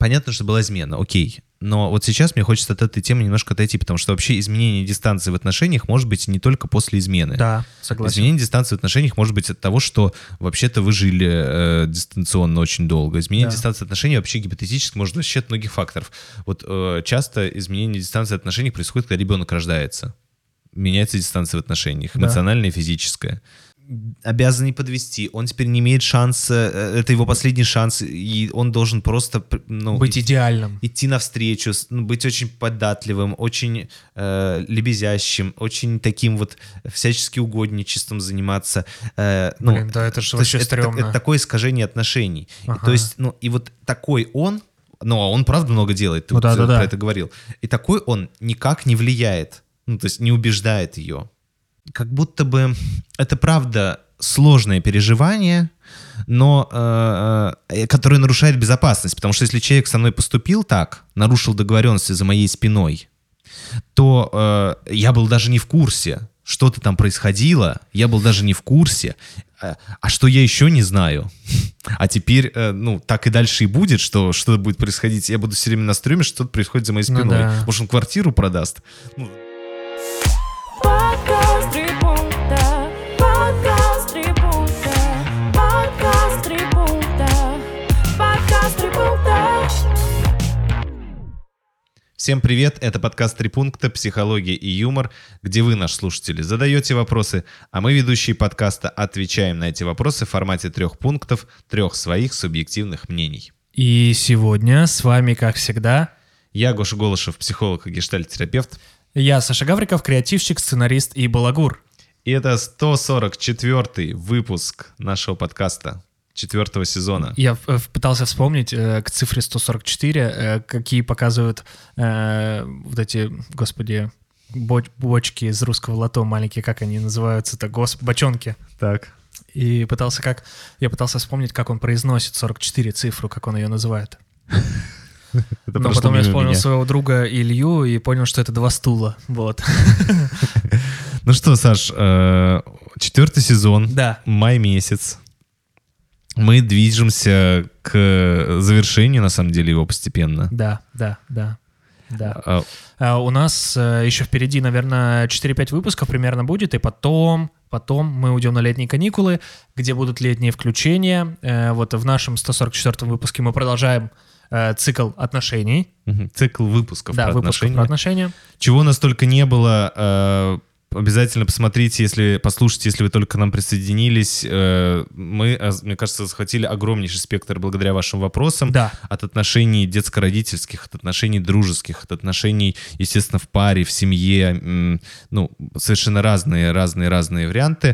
понятно, что была измена, окей. Но вот сейчас мне хочется от этой темы немножко отойти, потому что вообще изменение дистанции в отношениях может быть не только после измены. Да, согласен. Изменение дистанции в отношениях может быть от того, что вообще-то вы жили дистанционно очень долго. Изменение дистанции отношений вообще гипотетически может быть от многих факторов. Вот часто изменение дистанции отношений происходит, когда ребенок рождается. Меняется дистанция в отношениях, эмоциональная и физическая. Обязан не подвести, он теперь не имеет шанса, это его последний шанс, и он должен просто быть идеальным. Идти навстречу, быть очень податливым, очень лебезящим, очень таким вот всячески угодничеством заниматься. Блин, да, это же вообще стрёмно. Это такое искажение отношений. И, то есть, и вот такой он правда много делает, ты про это говорил, и такой он никак не влияет, то есть не убеждает ее. Как будто бы это правда сложное переживание, но которое нарушает безопасность. Потому что если человек со мной поступил так, нарушил договоренности за моей спиной, то я был даже не в курсе, что-то там происходило, я был даже не в курсе. А что я еще не знаю? А теперь, так и дальше и будет, что что-то будет происходить. Я буду все время на стреме, что-то происходит за моей спиной. Может, он квартиру продаст? Всем привет, это подкаст «Три пункта. Психология и юмор», где вы, наши слушатели, задаете вопросы, а мы, ведущие подкаста, отвечаем на эти вопросы в формате 3 пунктов, 3 своих субъективных мнений. И сегодня с вами, как всегда, я, Гоша Голышев, психолог и гештальт-терапевт. Я, Саша Гавриков, креативщик, сценарист и балагур. И это 144-й выпуск нашего подкаста. 4-го сезона. Я пытался вспомнить к цифре 144, какие показывают вот эти, господи, бочки из русского лото маленькие, как они называются-то, бочонки. Так. И я пытался вспомнить, как он произносит 44 цифру, как он ее называет. Но потом я вспомнил своего друга Илью и понял, что это 2 стула. Вот. Ну что, Саш, 4-й сезон, май месяц. Мы движемся к завершению, на самом деле, его постепенно. Да. У нас еще впереди, наверное, 4-5 выпусков примерно будет, и потом мы уйдем на летние каникулы, где будут летние включения. Вот в нашем 144-м выпуске мы продолжаем цикл отношений. Цикл выпусков про отношения. Чего у нас только не было. Обязательно посмотрите, послушайте, если вы только к нам присоединились. Мы, мне кажется, захватили огромнейший спектр благодаря вашим вапросам. Да. От отношений детско-родительских, от отношений дружеских, от отношений, естественно, в паре, в семье. Совершенно разные варианты.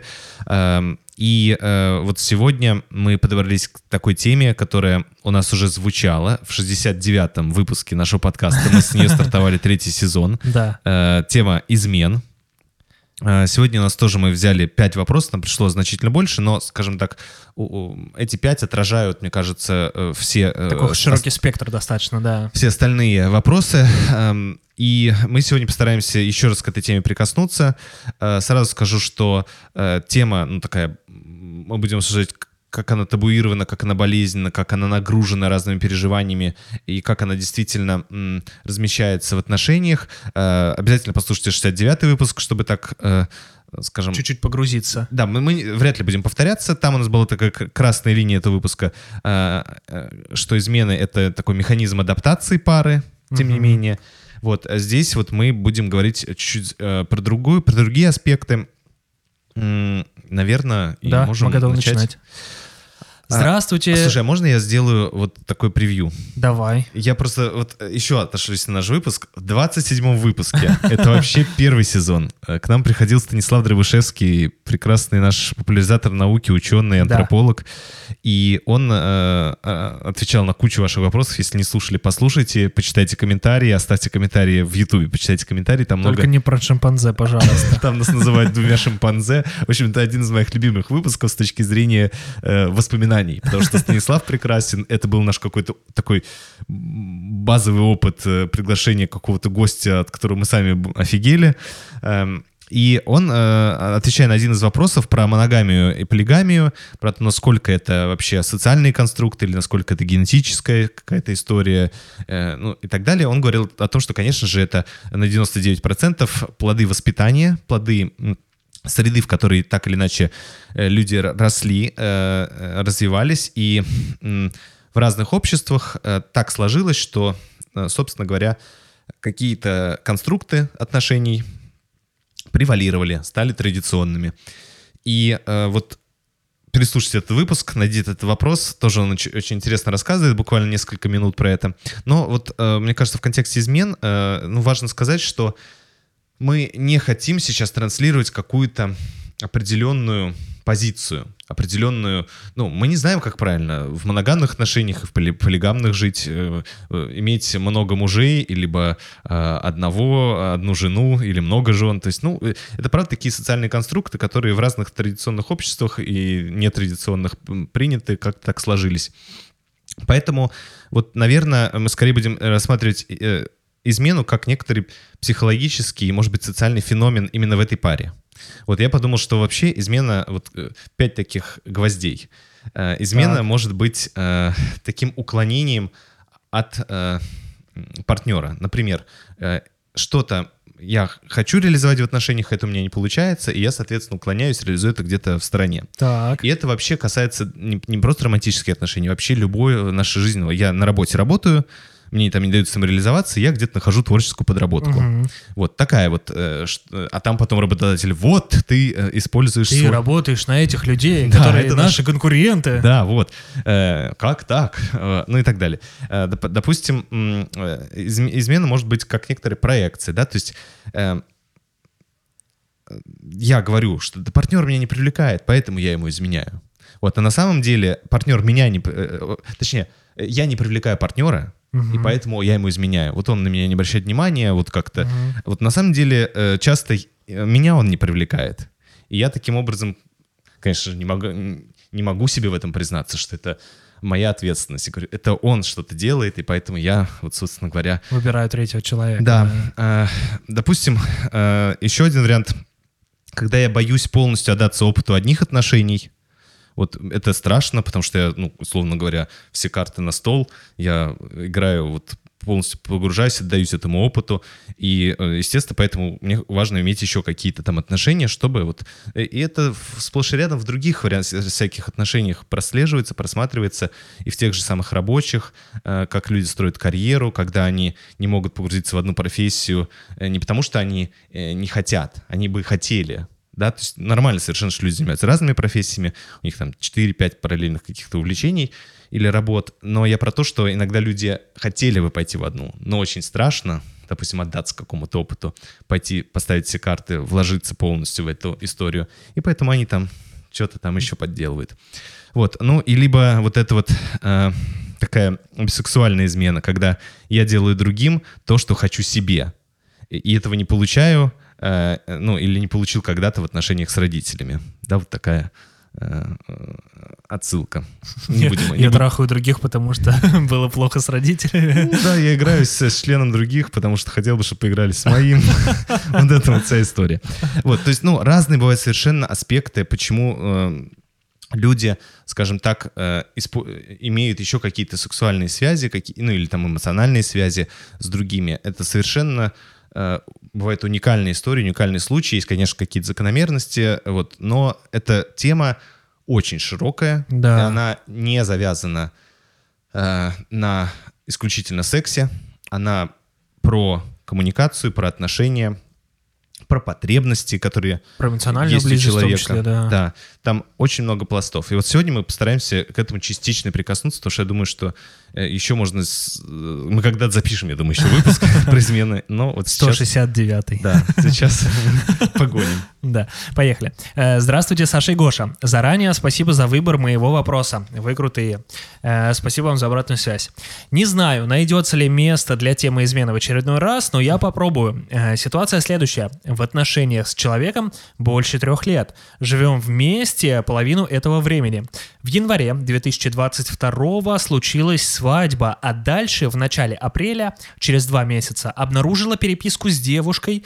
И вот сегодня мы подобрались к такой теме, которая у нас уже звучала в 69-м выпуске нашего подкаста. Мы с нее стартовали 3-й сезон. Да. Тема измен. Сегодня у нас тоже мы взяли 5 вопросов, нам пришло значительно больше, но, скажем так, эти 5 отражают, мне кажется, все... Такой широкий спектр достаточно, да. Все остальные вопросы. И мы сегодня постараемся еще раз к этой теме прикоснуться. Сразу скажу, что тема, такая, мы будем обсуждать, как она табуирована, как она болезненна, как она нагружена разными переживаниями и как она действительно размещается в отношениях. Обязательно послушайте 69-й выпуск, чтобы так, скажем... Чуть-чуть погрузиться. Да, мы вряд ли будем повторяться. Там у нас была такая красная линия этого выпуска, что измены — это такой механизм адаптации пары, тем не менее. Вот, а здесь вот мы будем говорить чуть-чуть про другие аспекты. Наверное, и можем начать. Здравствуйте. Слушай, а можно я сделаю вот такой превью? Давай. Я просто еще отошлюсь на наш выпуск. В 27-м выпуске, это вообще 1-й сезон, к нам приходил Станислав Дробышевский, прекрасный наш популяризатор науки, ученый, антрополог. И он отвечал на кучу ваших вопросов. Если не слушали, послушайте, почитайте комментарии, оставьте комментарии в Ютубе, почитайте комментарии. Там только не про шимпанзе, пожалуйста. Там нас называют 2 шимпанзе. В общем, это один из моих любимых выпусков с точки зрения воспоминаний. Потому что Станислав прекрасен. Это был наш какой-то такой базовый опыт приглашения какого-то гостя, от которого мы сами офигели. И он, отвечая на один из вопросов про моногамию и полигамию, про то, насколько это вообще социальные конструкты или насколько это генетическая какая-то история, ну и так далее, он говорил о том, что, конечно же, это на 99% плоды воспитания, плоды среды, в которой так или иначе люди росли, развивались, и в разных обществах так сложилось, что, собственно говоря, какие-то конструкты отношений превалировали, стали традиционными. И вот переслушайте этот выпуск, найдите этот вопрос, тоже он очень интересно рассказывает, буквально несколько минут про это. Но вот мне кажется, в контексте измен важно сказать, что мы не хотим сейчас транслировать какую-то определенную позицию, определенную... Ну, мы не знаем, как правильно в моногамных отношениях и в полигамных жить, иметь много мужей, либо одну жену, или много жен. То есть, ну, это, правда, такие социальные конструкты, которые в разных традиционных обществах и нетрадиционных приняты, как-то так сложились. Поэтому, вот, наверное, мы скорее будем рассматривать измену как некоторый психологический, может быть, социальный феномен именно в этой паре. Вот я подумал, что вообще измена, вот 5 таких гвоздей. Измена может быть таким уклонением от партнера. Например, что-то я хочу реализовать в отношениях, это у меня не получается, и я, соответственно, уклоняюсь, реализую это где-то в стороне. Так. И это вообще касается не просто романтических отношений, вообще любой нашей жизни. Я на работе работаю, мне там не дают самореализоваться, я где-то нахожу творческую подработку. Угу. Вот такая вот. А там потом работодатель, вот, ты используешь... Ты работаешь на этих людей, да, которые наши конкуренты. Да, вот. Как так? Ну и так далее. Допустим, измена может быть как некоторые проекции, да, то есть... Я говорю, что да, партнер меня не привлекает, поэтому я ему изменяю. Вот, а на самом деле партнер меня не... Точнее, я не привлекаю партнера, и поэтому я ему изменяю. Вот он на меня не обращает внимания, вот как-то. Вот на самом деле часто меня он не привлекает. И я таким образом, конечно же, не могу себе в этом признаться, что это моя ответственность. Я говорю, это он что-то делает, и поэтому я, вот, собственно говоря... Выбираю третьего человека. Да. Допустим, еще один вариант, когда я боюсь полностью отдаться опыту одних отношений. Вот это страшно, потому что я, ну, условно говоря, все карты на стол, я играю, вот полностью погружаюсь, отдаюсь этому опыту, и, естественно, поэтому мне важно иметь еще какие-то там отношения, чтобы вот... И это сплошь и рядом в других всяких отношениях прослеживается, просматривается, и в тех же самых рабочих, как люди строят карьеру, когда они не могут погрузиться в одну профессию, не потому что они не хотят, они бы хотели. Да, то есть нормально совершенно, что люди занимаются разными профессиями, у них там 4-5 параллельных каких-то увлечений или работ, но я про то, что иногда люди хотели бы пойти в одну, но очень страшно, допустим, отдаться какому-то опыту, пойти поставить все карты, вложиться полностью в эту историю, и поэтому они там что-то там еще подделывают. Вот, ну и либо вот это вот такая бисексуальная измена, когда я делаю другим то, что хочу себе, и этого не получаю, ну, или не получил когда-то в отношениях с родителями. Да, вот такая отсылка. Я трахаю других, потому что было плохо с родителями. Да, я играю с членом других, потому что хотел бы, чтобы поиграли с моим. Вот это вот вся история. Вот, то есть, ну, разные бывают совершенно аспекты, почему люди, скажем так, имеют еще какие-то сексуальные связи, ну, или там эмоциональные связи с другими. Это совершенно... Бывают уникальные истории, уникальные случаи, есть, конечно, какие-то закономерности, вот, но эта тема очень широкая, да. И она не завязана на исключительно сексе, она про коммуникацию, про отношения, про потребности, которые про эмоциональную есть близость у человека. В том числе, да. Да, там очень много пластов. И вот сегодня мы постараемся к этому частично прикоснуться, потому что я думаю, что еще можно... Мы когда-то запишем, я думаю, еще выпуск про измены, но вот сейчас... 169-й. Да, сейчас погоним. Да, поехали. Здравствуйте, Саша и Гоша. Заранее спасибо за выбор моего вопроса. Вы крутые. Спасибо вам за обратную связь. Не знаю, найдется ли место для темы измены в очередной раз, но я попробую. Ситуация следующая. в отношениях с человеком больше 3 лет. Живем вместе половину этого времени. В январе 2022 случилась свадьба, а дальше, в начале апреля, через 2 месяца, обнаружила переписку с девушкой.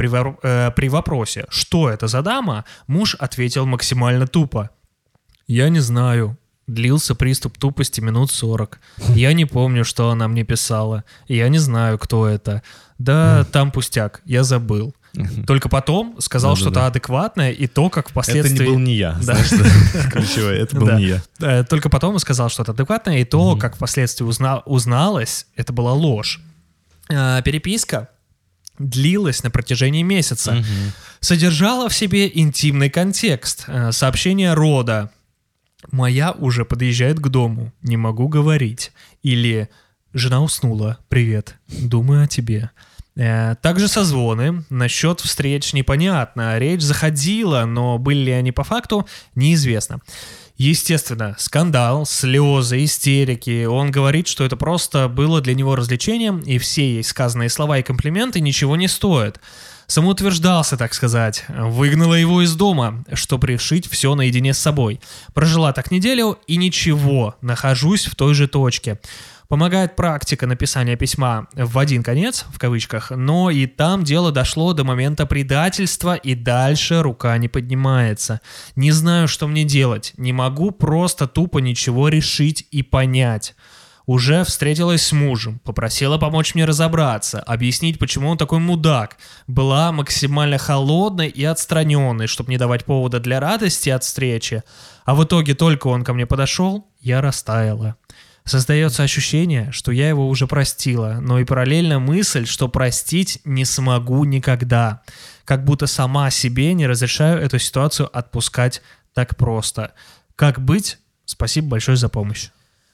При вопросе, что это за дама, муж ответил максимально тупо. «Я не знаю». Длился приступ тупости минут 40. Я не помню, что она мне писала. Я не знаю, кто это. Да, там пустяк, я забыл. Только потом сказал что-то адекватное, и то, как впоследствии... Это не был не я, знаешь, ключевое, это был не я. Только потом сказал что-то адекватное, и то, как впоследствии узналось, это была ложь. Переписка длилась на протяжении месяца. Содержала в себе интимный контекст. Сообщение рода: «Моя уже подъезжает к дому, не могу говорить». Или «Жена уснула, привет, думаю о тебе». Также созвоны, насчет встреч непонятно, речь заходила, но были ли они по факту, неизвестно. Естественно, скандал, слезы, истерики. Он говорит, что это просто было для него развлечением, и все ей сказанные слова и комплименты ничего не стоят. Самоутверждался, так сказать. Выгнала его из дома, чтобы решить все наедине с собой. Прожила так неделю, и ничего, нахожусь в той же точке. Помогает практика написания письма в один конец, в кавычках, но и там дело дошло до момента предательства, и дальше рука не поднимается. Не знаю, что мне делать, не могу просто тупо ничего решить и понять. Уже встретилась с мужем, попросила помочь мне разобраться, объяснить, почему он такой мудак. Была максимально холодной и отстраненной, чтобы не давать повода для радости от встречи. А в итоге только он ко мне подошел, я растаяла. Создается ощущение, что я его уже простила, но и параллельно мысль, что простить не смогу никогда. Как будто сама себе не разрешаю эту ситуацию отпускать так просто. Как быть? Спасибо большое за помощь.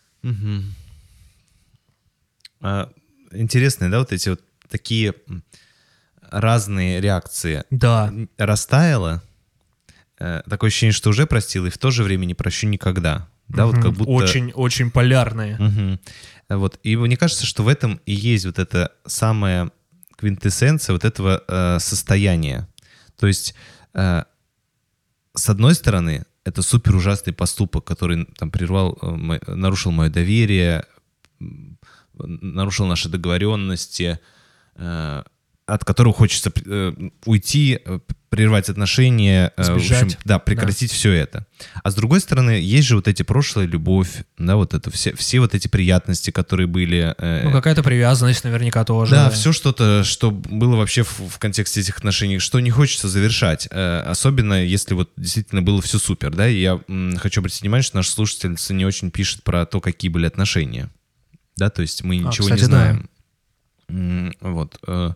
Интересные, да, вот эти вот такие разные реакции. Да. Растаяла, такое ощущение, что уже простила, и в то же время не прощу никогда. Да, вот как будто... Очень полярные. Вот. И мне кажется, что в этом и есть вот эта самая квинтэссенция вот этого состояния. То есть, с одной стороны, это супер ужасный поступок, который там нарушил мое доверие, нарушил наши договоренности, от которого хочется уйти, прервать отношения, сбежать. В общем, да, прекратить все это. А с другой стороны, есть же вот эти прошлая любовь, да, вот это все вот эти приятности, которые были. Ну, какая-то привязанность наверняка тоже. Да, все что-то, что было вообще в контексте этих отношений, что не хочется завершать. Особенно, если вот действительно было все супер, да, и я хочу обратить внимание, что наша слушательница не очень пишет про то, какие были отношения. Да, то есть мы ничего кстати, не знаем. Да. Вот.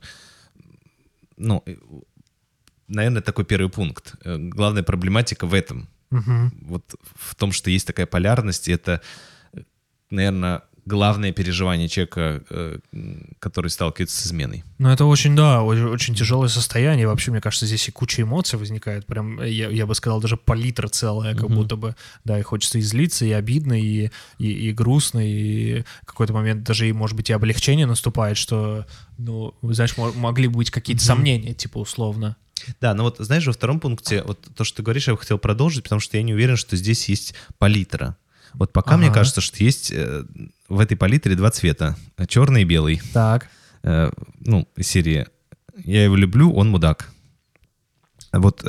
Ну, наверное, такой первый пункт. Главная проблематика в этом. Вот в том, что есть такая полярность, и это, наверное, главное переживание человека, который сталкивается с изменой. Ну, это очень, да, очень тяжелое состояние. Вообще, мне кажется, здесь и куча эмоций возникает. Прям, я бы сказал, даже палитра целая, как будто бы. Да, и хочется и злиться, и обидно, и грустно, и в какой-то момент даже, может быть, и облегчение наступает, что, ну, знаешь, могли быть какие-то сомнения, типа, условно. Да, но вот, знаешь, во втором пункте, вот то, что ты говоришь, я бы хотел продолжить, потому что я не уверен, что здесь есть палитра. Вот пока мне кажется, что есть в этой палитре 2 цвета. Черный и белый. Так. Ну, из серии «Я его люблю, он мудак». Вот,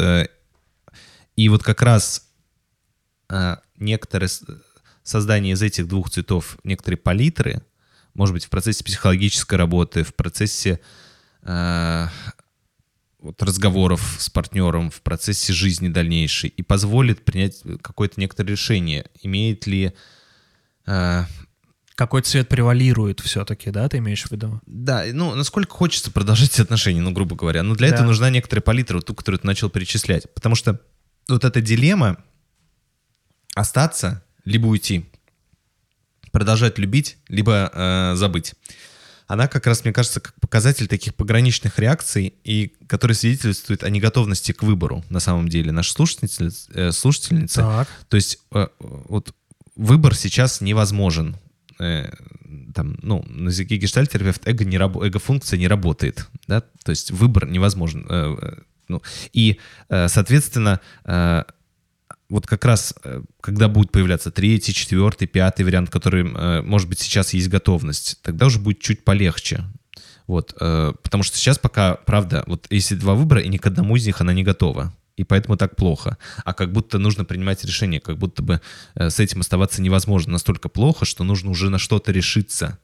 и вот как раз некоторые создание из этих 2 цветов, некоторые палитры, может быть, в процессе психологической работы, в процессе вот, разговоров с партнером, в процессе жизни дальнейшей, и позволит принять какое-то некоторое решение. Имеет ли... Какой цвет превалирует все-таки, да, ты имеешь в виду? Да, ну, насколько хочется продолжать эти отношения, ну, грубо говоря. Но для этого нужна некоторая палитра, вот ту, которую ты начал перечислять. Потому что вот эта дилемма остаться, либо уйти, продолжать любить, либо забыть. Она как раз, мне кажется, как показатель таких пограничных реакций, и которые свидетельствуют о неготовности к выбору, на самом деле, нашей слушательницы. Так. То есть вот выбор сейчас невозможен. Там, ну, на языке гештальт-терапевт эго-функция не работает. да, то есть выбор невозможен. Ну, и, соответственно, вот как раз, когда будет появляться 3-й, 4-й, 5-й вариант, который, может быть, сейчас есть готовность, тогда уже будет чуть полегче. Вот, потому что сейчас пока, правда, вот если 2 выбора, и ни к одному из них она не готова. И поэтому так плохо. А как будто нужно принимать решение, как будто бы с этим оставаться невозможно. Настолько плохо, что нужно уже на что-то решиться.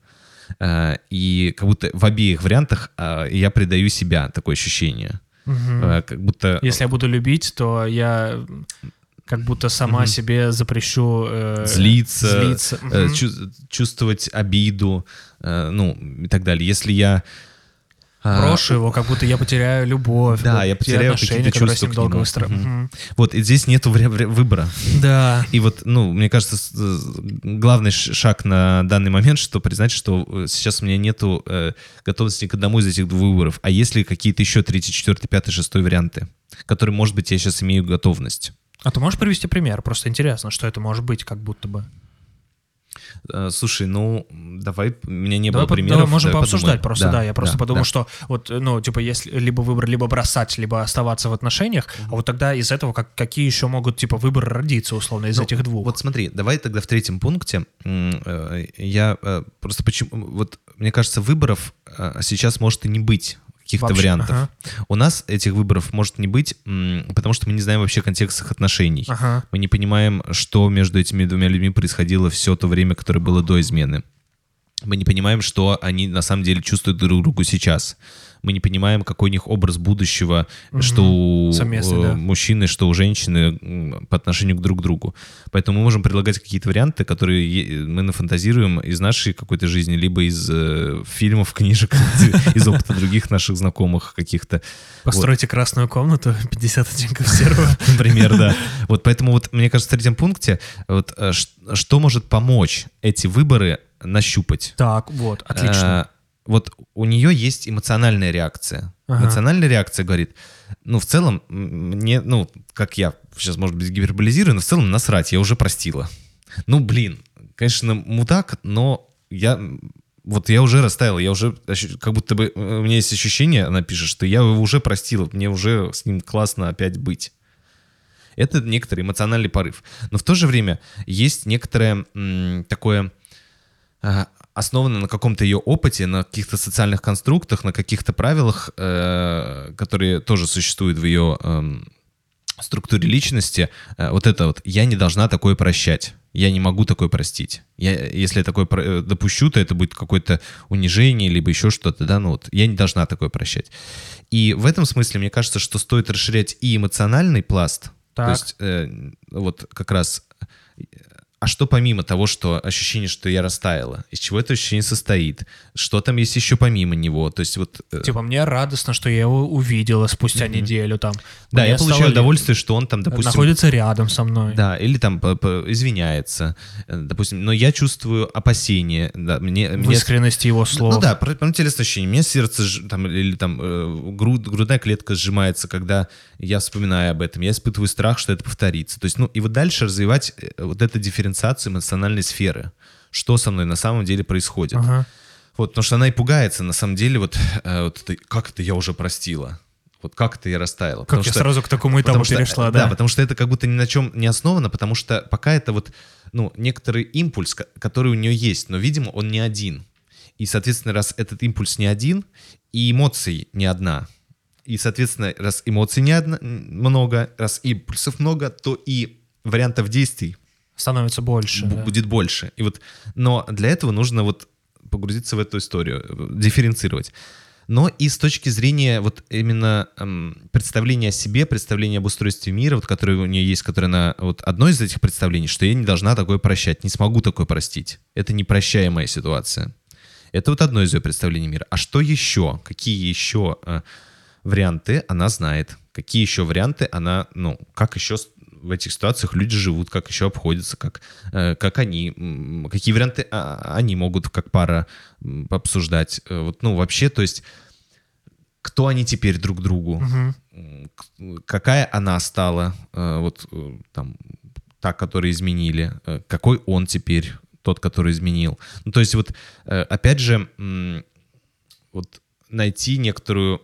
И как будто в обеих вариантах я предаю себя, такое ощущение. Как будто... Если я буду любить, то я... как будто сама себе запрещу злиться. Чувствовать обиду, ну, и так далее. Если я... брошу его, как будто я потеряю любовь. Да, я потеряю какие-то чувства к нему. Вот, и здесь нету выбора. Да. И вот, ну, мне кажется, главный шаг на данный момент, что признать, что сейчас у меня нету готовности к одному из этих 2 выборов. А есть ли какие-то еще 3-й, 4-й, 5-й, 6-й варианты, которые, может быть, я сейчас имею готовность? А ты можешь привести пример? Просто интересно, что это может быть, как будто бы. Слушай, ну, давай, у меня не было примеров. Давай можем пообсуждать подумаем. просто, да. Я просто подумал, что вот, ну, типа, если либо выбор, либо бросать, либо оставаться в отношениях, а вот тогда из этого какие еще могут, типа, выборы родиться, условно, из этих 2? Вот смотри, давай тогда в 3-м пункте я просто почему... Вот, мне кажется, выборов сейчас может и не быть. Каких-то вариантов. У нас этих выборов может не быть, потому что мы не знаем вообще контекст их отношений. Мы не понимаем, что между этими 2 людьми происходило все то время, которое было до измены. Мы не понимаем, что они на самом деле чувствуют друг другу сейчас. Мы не понимаем, какой у них образ будущего, что у мужчины, что у женщины по отношению друг к другу. Поэтому мы можем предлагать какие-то варианты, которые мы нафантазируем из нашей какой-то жизни, либо из фильмов, книжек, из опыта других наших знакомых каких-то. Постройте красную комнату, 50 оттенков серого. Например, да. Вот поэтому вот, мне кажется, в 3-м пункте вот, что может помочь эти выборы нащупать? Так, вот, отлично. Вот у нее есть эмоциональная реакция. Эмоциональная реакция говорит, ну, в целом, мне, ну, как я сейчас, может быть, гиперболизирую, но в целом насрать, я уже простила. Ну, блин, конечно, мудак, но я уже растаял, я уже, как будто бы, у меня есть ощущение, она пишет, что я его уже простила, мне уже с ним классно опять быть. Это некоторый эмоциональный порыв. Но в то же время есть некоторое такое... основана на каком-то ее опыте, на каких-то социальных конструктах, на каких-то правилах, которые тоже существуют в ее структуре личности. Вот это вот «я не должна такое прощать», «я не могу такое простить». Если я такое допущу, то это будет какое-то унижение, либо еще что-то, да, ну вот «я не должна такое прощать». И в этом смысле мне кажется, что стоит расширять и эмоциональный пласт, так. То есть вот как раз... А что помимо того, что ощущение, что я растаяла? Из чего это ощущение состоит? Что там есть еще помимо него? То есть вот... Типа мне радостно, что я его увидела спустя неделю там. Да, я получаю удовольствие, что он там, допустим... находится рядом со мной. Да, или там извиняется, допустим. Но я чувствую опасение. Да, в искренности его слов. Ну да, прям телесное ощущение. У меня сердце там, или там грудная клетка сжимается, когда я вспоминаю об этом. Я испытываю страх, что это повторится. То есть, ну и вот дальше развивать вот эту дифференциацию эмоциональной сферы. Что со мной на самом деле происходит. Вот, потому что она и пугается, на самом деле, вот это, как это я уже простила? Вот как это я растаяла? Как я сразу к такому этапу перешла, да? Да, потому что это как будто ни на чем не основано, потому что пока это вот, ну, некоторый импульс, который у нее есть, но, видимо, он не один. И, соответственно, раз этот импульс не один, и эмоций не одна, и, соответственно, раз эмоций много, раз импульсов много, то и вариантов действий становится больше. Будет больше. И вот, но для этого нужно вот погрузиться в эту историю, дифференцировать. Но и с точки зрения вот именно представления о себе, представления об устройстве мира, вот, которое у нее есть, которое она, вот одно из этих представлений, что я не должна такое прощать, не смогу такое простить. Это непрощаемая ситуация. Это вот одно из ее представлений мира. А что еще? Какие еще варианты она знает? Какие еще варианты она, ну, как еще в этих ситуациях люди живут, как еще обходятся, как они, какие варианты они могут как пара обсуждать. Вот, ну, вообще, то есть, кто они теперь друг другу, какая она стала, вот там, та, которую изменили, какой он теперь, тот, который изменил. Ну, то есть, вот, опять же, вот найти некоторую...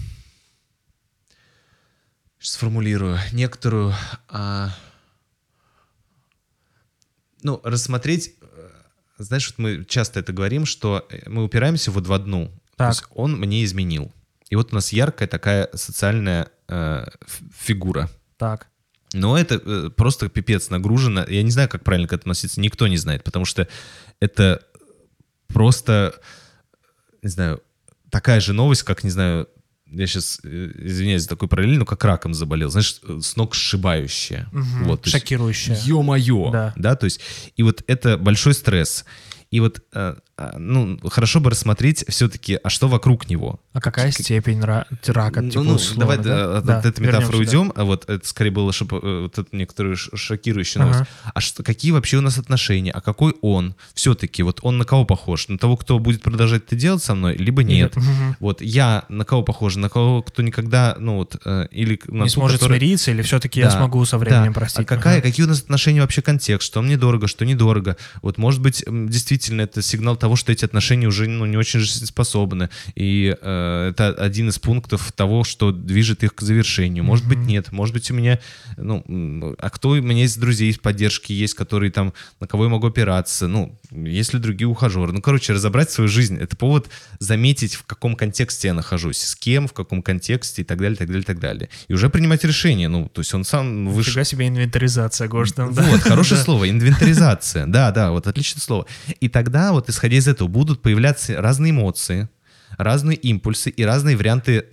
Сформулирую. Некоторую... рассмотреть... Знаешь, вот мы часто это говорим, что мы упираемся вот в одну. То есть он мне изменил. И вот у нас яркая такая социальная фигура. Так. Но это просто пипец нагружено. Я не знаю, как правильно к этому относиться. Никто не знает, потому что это просто, не знаю, такая же новость, как, не знаю, я сейчас, извиняюсь за такой параллель, но как раком заболел. Знаешь, сногсшибающая. Угу. Вот, шокирующая. Ё-моё! Да, то есть, и вот это большой стресс. И вот, хорошо бы рассмотреть все-таки, а что вокруг него? А какая степень рака, типа, условно, давай да? от этой метафоры уйдем. А вот это скорее было вот это некоторую шокирующую новость. А какие вообще у нас отношения? А какой он? Все-таки вот он на кого похож? На того, кто будет продолжать это делать со мной, либо нет? Вот я на кого похож? На кого, кто никогда, или... Не сможет смириться, или все-таки я смогу со временем простить? А какие у нас отношения, вообще контекст? Что мне дорого, что недорого? Вот, может быть, действительно, это сигнал того, что эти отношения уже не очень жизнеспособны. И это один из пунктов того, что движет их к завершению. Может быть, нет. Может быть, у меня... а кто у меня из друзей, из поддержки есть, которые там... На кого я могу опираться? Есть ли другие ухажеры? Разобрать свою жизнь. Это повод заметить, в каком контексте я нахожусь. С кем, в каком контексте и так далее, так далее, так далее. И уже принимать решение. То есть он сам... Нифига себе инвентаризация, Гош, там, да? Вот, хорошее слово. Инвентаризация. Да, вот отличное слово. И тогда, вот исходя из этого, будут появляться разные эмоции, разные импульсы и разные варианты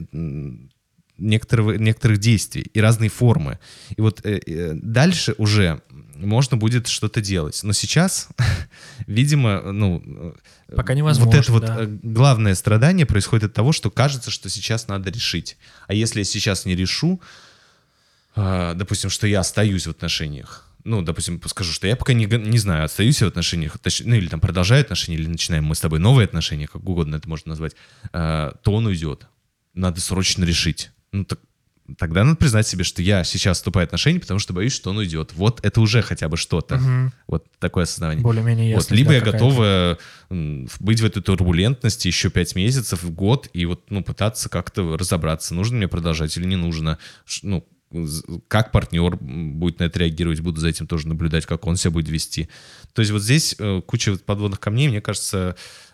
некоторых действий и разные формы. И вот дальше уже можно будет что-то делать. Но сейчас, видимо, пока невозможно. Вот это главное страдание происходит от того, что кажется, что сейчас надо решить. А если я сейчас не решу, допустим, что я остаюсь в отношениях, допустим, скажу, что я пока не знаю, остаюсь я в отношениях, или там продолжаю отношения, или начинаем мы с тобой новые отношения, как угодно это можно назвать, то он уйдет. Надо срочно решить. Тогда надо признать себе, что я сейчас вступаю в отношения, потому что боюсь, что он уйдет. Вот это уже хотя бы что-то. Угу. Вот такое осознание. Более-менее ясно. Либо я готова быть в этой турбулентности еще 5 месяцев, год, и пытаться как-то разобраться, нужно мне продолжать или не нужно. Как партнер будет на это реагировать, буду за этим тоже наблюдать, как он себя будет вести. То есть вот здесь куча подводных камней. Мне кажется,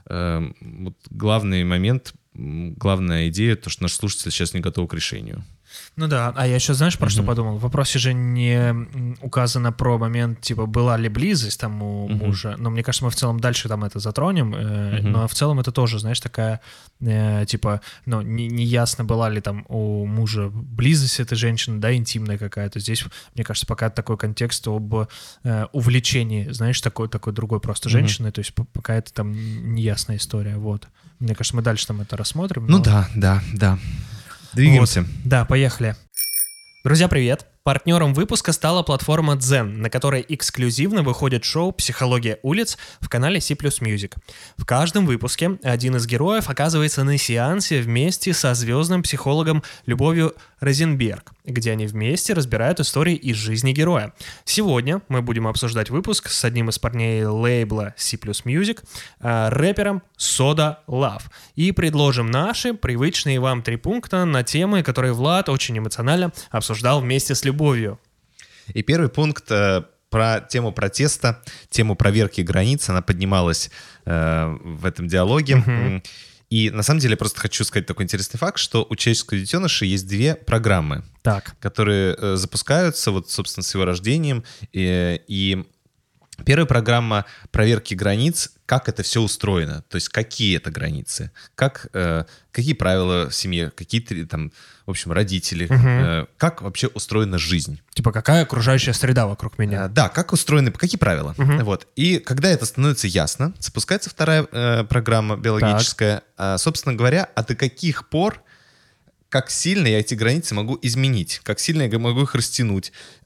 главный момент, главная идея, то, что наш слушатель сейчас не готов к решению. Да, а я еще, знаешь, про что подумал? В вопросе же не указано про момент, типа, была ли близость там у мужа, но мне кажется, мы в целом дальше там это затронем, но в целом это тоже, знаешь, такая, типа, неясно, была ли там у мужа близость этой женщины, да, интимная какая-то. Здесь, мне кажется, пока такой контекст об увлечении, знаешь, такой другой просто женщины, то есть пока это там неясная история, вот. Мне кажется, мы дальше там это рассмотрим. Да. Двигаемся. Вот. Да, поехали. Друзья, привет! Партнером выпуска стала платформа Zen, на которой эксклюзивно выходит шоу «Психология улиц» в канале C+ Music. В каждом выпуске один из героев оказывается на сеансе вместе со звездным психологом Любовью Розенберг, где они вместе разбирают истории из жизни героя. Сегодня мы будем обсуждать выпуск с одним из парней лейбла C+ Music, рэпером Soda Luv, и предложим наши привычные вам 3 пункта на темы, которые Влад очень эмоционально обсуждал вместе с Любовью. И первый пункт про тему протеста, тему проверки границ, она поднималась в этом диалоге. И на самом деле я просто хочу сказать такой интересный факт, у человеческого детеныша есть 2 программы, которые запускаются, собственно, с его рождением. И первая программа проверки границ, как это все устроено, то есть какие это границы, какие правила в семье, какие там, в общем, родители, как вообще устроена жизнь. Типа какая окружающая среда вокруг меня. Да, как устроены, какие правила. Вот. И когда это становится ясно, запускается вторая программа биологическая, собственно говоря, а до каких пор, как сильно я эти границы могу изменить, как сильно я могу их растянуть,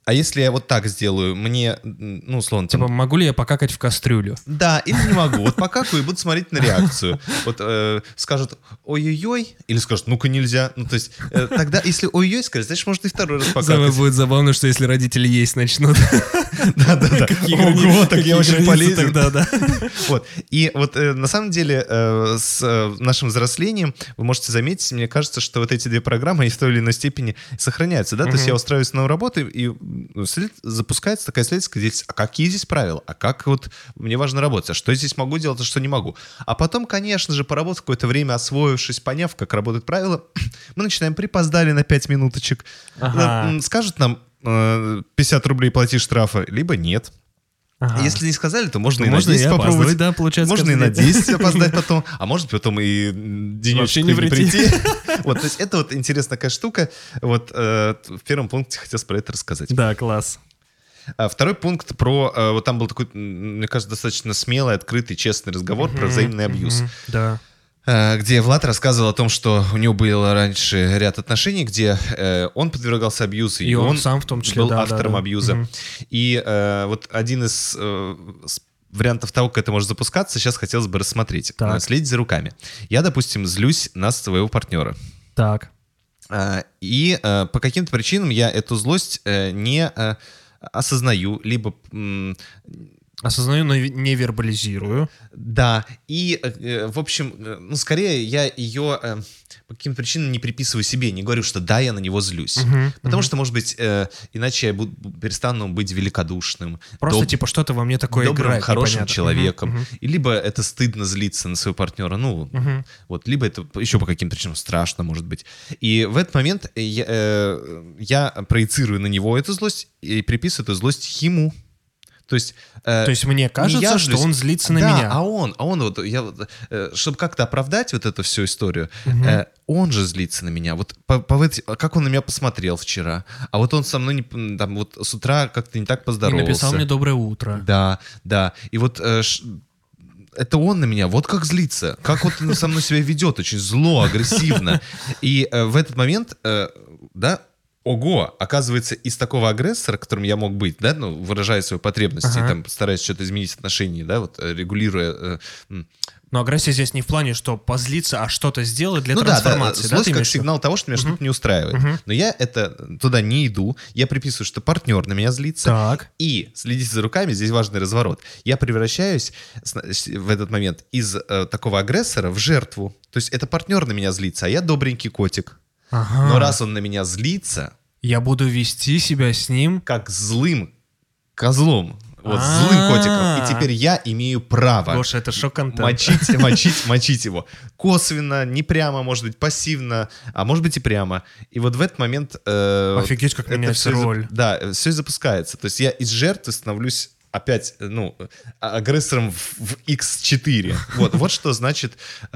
А если я вот так сделаю, мне, ну, условно... Типа, могу ли я покакать в кастрюлю? Да, или не могу. Вот покакаю и буду смотреть на реакцию. Вот скажут ой-ой-ой, или скажут, ну-ка нельзя. Ну, то есть тогда, если ой-ой скажет, значит, может и второй раз покакать. Самое будет забавно, что если родители есть начнут. Да-да-да. Ого, так я очень полезен. Тогда, да. Вот. И вот на самом деле с нашим взрослением вы можете заметить, мне кажется, что вот эти две программы в той или иной степени сохраняются, да, то есть я устраиваюсь на работу, и запускается такая исследовательская деятельность, а какие здесь правила, а как вот мне важно работать, а что я здесь могу делать, а что не могу. А потом, конечно же, поработав какое-то время, освоившись, поняв, как работают правила, мы начинаем припоздали на 5 минуточек. Скажут нам 50 рублей плати штрафа, либо нет. Ага. Если не сказали, то можно и на 10 попробовать. Да, можно и на 10 опоздать потом, а может потом и денечек не прийти. Вот, то есть это вот интересная такая штука. Вот в первом пункте хотелось про это рассказать. Да, класс. Второй пункт про... Вот там был такой, мне кажется, достаточно смелый, открытый, честный разговор про взаимный абьюз. Да. Где Влад рассказывал о том, что у него был раньше ряд отношений, где он подвергался абьюзу, и он сам в том числе был автором абьюза. И вот один из вариантов того, как это может запускаться, сейчас хотелось бы рассмотреть. Следить за руками. Я, допустим, злюсь на своего партнера. Так. И по каким-то причинам я эту злость не осознаю, либо... Осознаю, но не вербализирую. Да, и, в общем, ну, скорее я ее по каким-то причинам не приписываю себе, не говорю, что да, я на него злюсь. Потому что, может быть, иначе я перестану быть великодушным. Просто типа что-то во мне такое добрым, играет. хорошим непонятно. человеком. И либо это стыдно злиться на своего партнера, ну, вот, либо это еще по каким-то причинам страшно, может быть. И в этот момент я проецирую на него эту злость и приписываю эту злость ему. То есть мне кажется, что он злится на меня. А он вот, чтобы как-то оправдать вот эту всю историю, он же злится на меня. Вот как он на меня посмотрел вчера, а вот он со мной там вот с утра как-то не так поздоровался. И написал мне доброе утро. Да. И вот это он на меня, вот как злится, как вот он со мной себя ведет, очень зло, агрессивно. И в этот момент, да, ого, оказывается, из такого агрессора, которым я мог быть, да, ну, выражая свои потребности, там, стараясь что-то изменить в отношении, да, вот, регулируя... Но агрессия здесь не в плане, что позлиться, а что-то сделать для трансформации. Да, злость как сигнал того, что меня что-то не устраивает. Но я туда не иду, я приписываю, что партнер на меня злится. И следите за руками, здесь важный разворот. Я превращаюсь в этот момент из такого агрессора в жертву. То есть это партнер на меня злится, а я добренький котик. Но раз он на меня злится... Я буду вести себя с ним... Как злым козлом. Вот злым котиком. И теперь я имею право... Гоша, это шок-контент. Мочить его. Косвенно, не прямо, может быть, пассивно, а может быть и прямо. И вот в этот момент... Офигеть, как меняется роль. Да, все запускается. То есть я из жертвы становлюсь... опять, ну, агрессором в X4. Вот что значит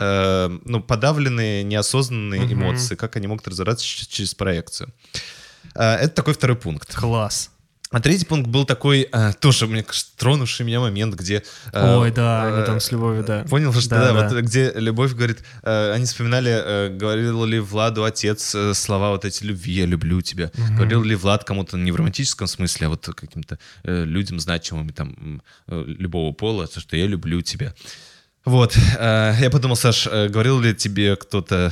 подавленные, неосознанные эмоции, как они могут разораться через проекцию. Это такой второй пункт. Класс. А третий пункт был такой, тоже, мне кажется, тронувший меня момент, где... Ой, да, они там с любовью, да. Понял, что да. Вот где Любовь говорит, они вспоминали, говорил ли Владу отец слова вот эти любви, я люблю тебя. Говорил ли Влад кому-то не в романтическом смысле, а вот каким-то людям значимым, там, любого пола, что я люблю тебя. Вот, я подумал, Саш, говорил ли тебе кто-то,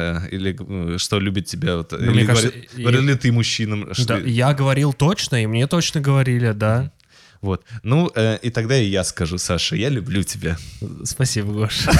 или что любит тебя, вот, или говорил ли ты мужчинам? Да, я говорил точно, и мне точно говорили, да. Вот, ну, и тогда и я скажу, Саша, я люблю тебя. Спасибо, Гоша.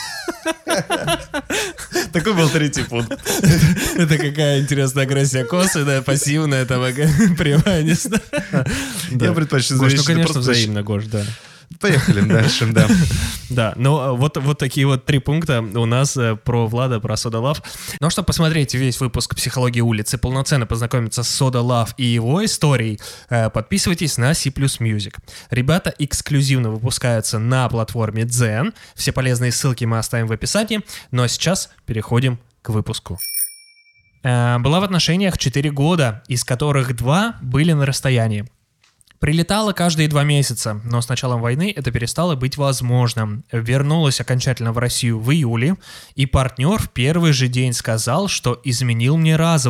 Такой был третий пункт. Это какая интересная агрессия косвенная, пассивная, там, прямая, не знаю. Я предпочту Гош, ну, конечно, взаимно, Гош, да. Поехали дальше, да. Да, ну вот такие вот 3 пункта у нас про Влада, про Soda Luv. Ну, чтобы посмотреть весь выпуск «Психологии улицы», полноценно познакомиться с Soda Luv и его историей, подписывайтесь на C+ Music. Ребята эксклюзивно выпускаются на платформе Zen. Все полезные ссылки мы оставим в описании. Ну а сейчас переходим к выпуску. Была в отношениях 4 года, из которых 2 были на расстоянии. Прилетала каждые 2 месяца, но с началом войны это перестало быть возможным. Вернулась окончательно в Россию в июле, и партнер в первый же день сказал, что изменил мне разово.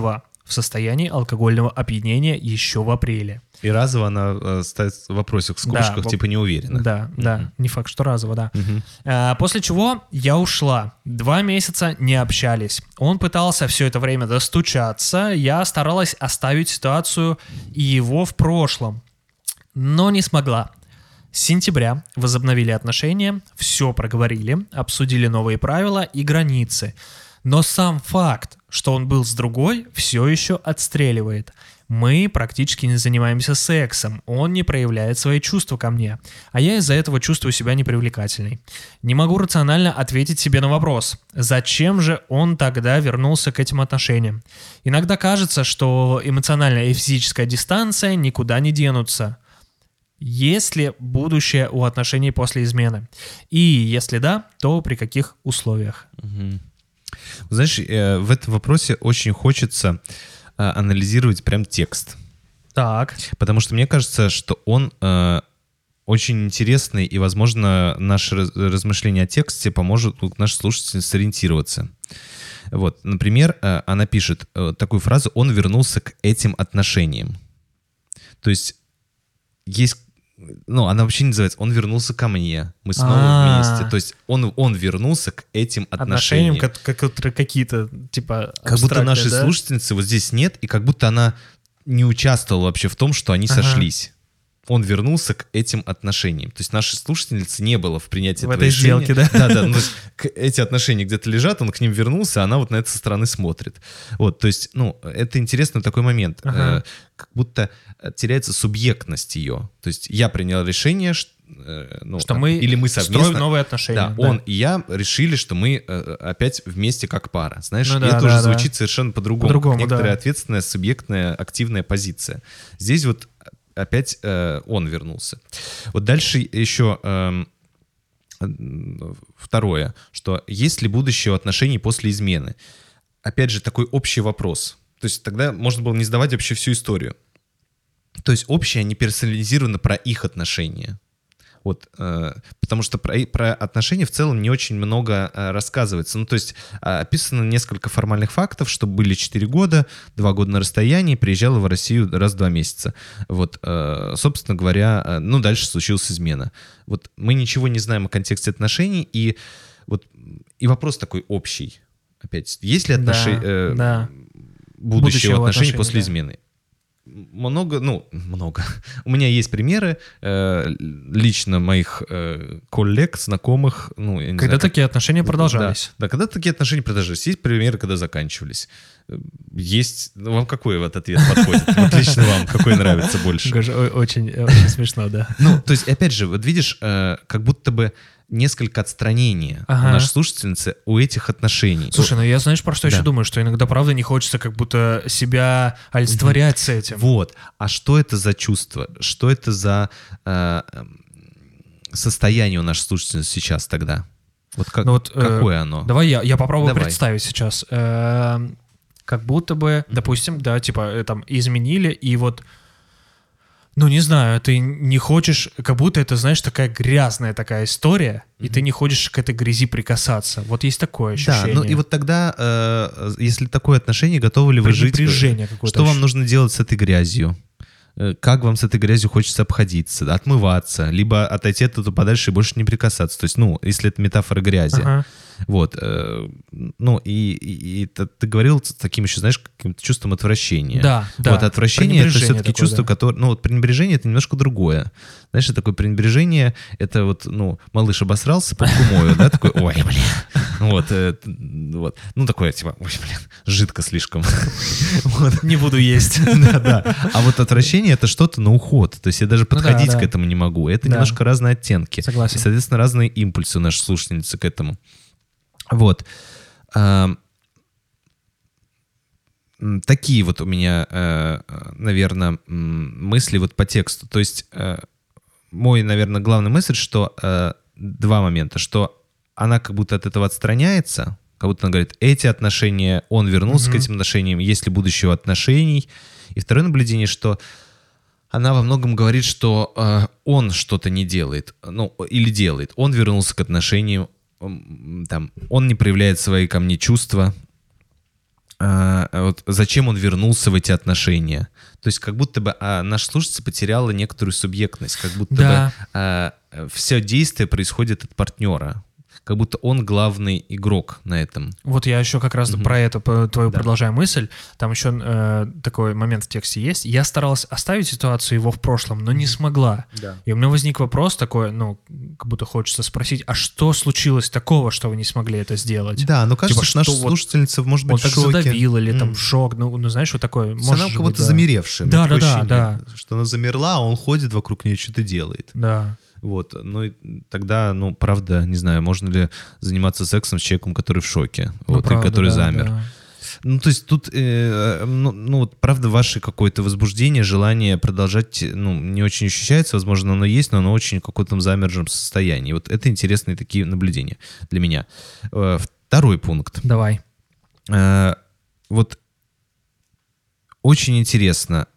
в состоянии алкогольного опьянения еще в апреле. И разово она ставит вопросик в скобочках, да, типа не уверена. Да, да, не факт, что разово, да. После чего я ушла. 2 месяца не общались. Он пытался все это время достучаться, я старалась оставить ситуацию и его в прошлом, но не смогла. С сентября возобновили отношения, все проговорили, обсудили новые правила и границы. Но сам факт, что он был с другой, все еще отстреливает. Мы практически не занимаемся сексом, он не проявляет свои чувства ко мне, а я из-за этого чувствую себя непривлекательной. Не могу рационально ответить себе на вопрос, зачем же он тогда вернулся к этим отношениям. Иногда кажется, что эмоциональная и физическая дистанция никуда не денутся. Есть ли будущее у отношений после измены? И если да, то при каких условиях? Угу. Знаешь, в этом вопросе очень хочется анализировать прям текст. Так. Потому что мне кажется, что он очень интересный, и, возможно, наше размышление о тексте поможет нашим слушателям сориентироваться. Вот, например, она пишет такую фразу: «Он вернулся к этим отношениям». То есть она вообще не называется «он вернулся ко мне», мы снова вместе. То есть он вернулся к этим отношениям. Какие-то, типа, как будто нашей слушательницы вот здесь нет, и как будто она не участвовала вообще в том, что они сошлись. Он вернулся к этим отношениям. То есть нашей слушательницы не было в принятии этого решения. В этой сделке, да? Да. То есть эти отношения где-то лежат, он к ним вернулся, а она вот на это со стороны смотрит. Вот, то есть, это интересный такой момент. Как будто теряется субъектность ее. То есть я принял решение, что мы или мы совместно строим новые отношения. Да, он и я решили, что мы опять вместе как пара. Знаешь, это уже звучит совершенно по-другому. Некоторая ответственная, субъектная, активная позиция. Здесь вот опять он вернулся. Вот дальше еще второе, что есть ли будущее у отношений после измены? Опять же, такой общий вопрос. То есть тогда можно было не сдавать вообще всю историю. То есть общее, не персонализировано про их отношения. Вот, потому что про отношения в целом не очень много рассказывается. То есть описано несколько формальных фактов, что были 4 года, 2 года на расстоянии, приезжала в Россию раз в 2 месяца. Вот, собственно говоря, дальше случилась измена. Вот мы ничего не знаем о контексте отношений, и вопрос такой общий. Опять, есть ли будущее у отношений после измены? Много. У меня есть примеры лично моих коллег, знакомых. Когда такие отношения продолжались. Да, когда такие отношения продолжались. Есть примеры, когда заканчивались. Есть... Вам какой вот ответ подходит? Вот лично вам какой нравится больше? Очень смешно, да. То есть, опять же, вот видишь, как будто бы несколько отстранения у нашей слушательницы у этих отношений. Слушай, я знаешь, про что еще думаю? Что иногда, правда, не хочется как будто себя олицетворять с этим. Вот. А что это за чувство? Что это за состояние у нашей слушательницы сейчас тогда? Вот какое оно? Давай я попробую представить сейчас. Как будто бы, допустим, да, типа там изменили, и вот не знаю, ты не хочешь, как будто это, знаешь, такая грязная такая история, и ты не хочешь к этой грязи прикасаться. Вот есть такое ощущение. Да, и вот тогда, если такое отношение, готовы ли вы жить? Что вам нужно делать с этой грязью? Как вам с этой грязью хочется обходиться, отмываться, либо отойти оттуда подальше и больше не прикасаться. То есть, если это метафора грязи. Вот. И ты говорил с таким еще, знаешь, каким-то чувством отвращения. Да. Вот отвращение — это все-таки чувство, которое... пренебрежение — это немножко другое. Знаешь, такое пренебрежение — это малыш обосрался, попку мою, да, такой, ой, блин. Такое, типа, ой, блин, жидко слишком. Не буду есть. Да. А вот отвращение — это что-то на уход. То есть я даже подходить к этому не могу. Это немножко разные оттенки. Согласен. И, соответственно, разные импульсы у нашей слушательницы к этому. Вот. Такие вот у меня, наверное, мысли по тексту. То есть мой, наверное, главная мысль, что 2 момента. Что она как будто от этого отстраняется, как будто она говорит, эти отношения, он вернулся к этим отношениям, есть ли будущее отношений. И второе наблюдение, что она во многом говорит, что он что-то не делает, или делает. Он вернулся к отношениям, он не проявляет свои ко мне чувства. вот зачем он вернулся в эти отношения. То есть как будто бы наша слушательница потеряла некоторую субъектность, как будто бы все действие происходит от партнера. Как будто он главный игрок на этом. Вот я еще как раз про это твою продолжаю мысль. Там еще такой момент в тексте есть. Я старалась оставить ситуацию его в прошлом, но не смогла. Да. И у меня возник вопрос такой, как будто хочется спросить, а что случилось такого, что вы не смогли это сделать? Да, ну кажется, что наша слушательница может быть в шоке. Он так задавил или там шок, ну знаешь, вот такое. Она как будто замеревшая. Да. Что она замерла, а он ходит вокруг нее, что-то делает. Да. Вот, ну и тогда, правда, не знаю, можно ли заниматься сексом с человеком, который в шоке, правда, и который замер. Да. Ну, то есть тут, правда, ваше какое-то возбуждение, желание продолжать, не очень ощущается, возможно, оно есть, но оно очень в каком-то замерженном состоянии. Вот это интересные такие наблюдения для меня. Второй пункт. Давай. Вот очень интересно,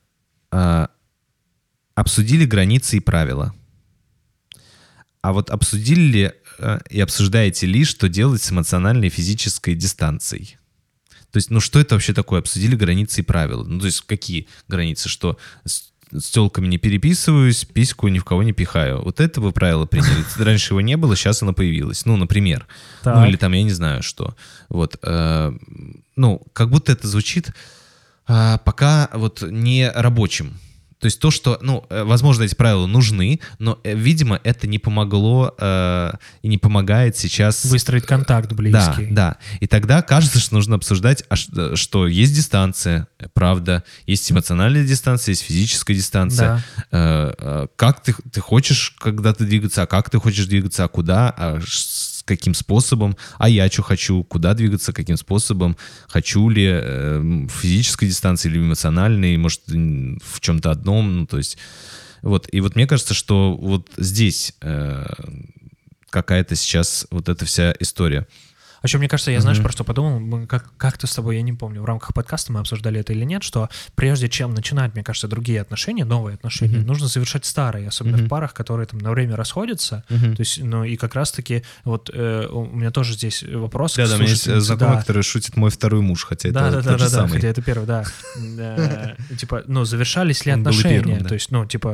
обсудили границы и правила. А вот обсудили ли и обсуждаете ли, что делать с эмоциональной и физической дистанцией? То есть, что это вообще такое? Обсудили границы и правила. То есть, какие границы? Что с тёлками не переписываюсь, письку ни в кого не пихаю. Вот это вы правило приняли. Раньше его не было, сейчас оно появилось. Например. Так. Или там, я не знаю, что. Вот. Как будто это звучит пока вот не рабочим. То есть то, что, возможно, эти правила нужны, но, видимо, это не помогло и не помогает сейчас... Выстроить контакт близкий. Да. И тогда кажется, что нужно обсуждать, что есть дистанция, правда, есть эмоциональная дистанция, есть физическая дистанция. Да. Как ты хочешь когда-то двигаться, а как ты хочешь двигаться, а куда, каким способом, а я что хочу, куда двигаться, каким способом, хочу ли в физической дистанции или в эмоциональной, может, в чем-то одном, то есть, вот, и вот мне кажется, что вот здесь какая-то сейчас вот эта вся история. А еще, мне кажется, я, знаешь, просто подумал, как-то с тобой, я не помню, в рамках подкаста мы обсуждали это или нет, что прежде чем начинать, мне кажется, другие отношения, новые отношения, нужно завершать старые, особенно в парах, которые там на время расходятся. То есть, и как раз-таки вот у меня тоже здесь вопрос. Да, у меня есть знакомый, который шутит «мой второй муж», хотя это тот же самый. Хотя это первый, да. Типа, завершались ли отношения? То есть,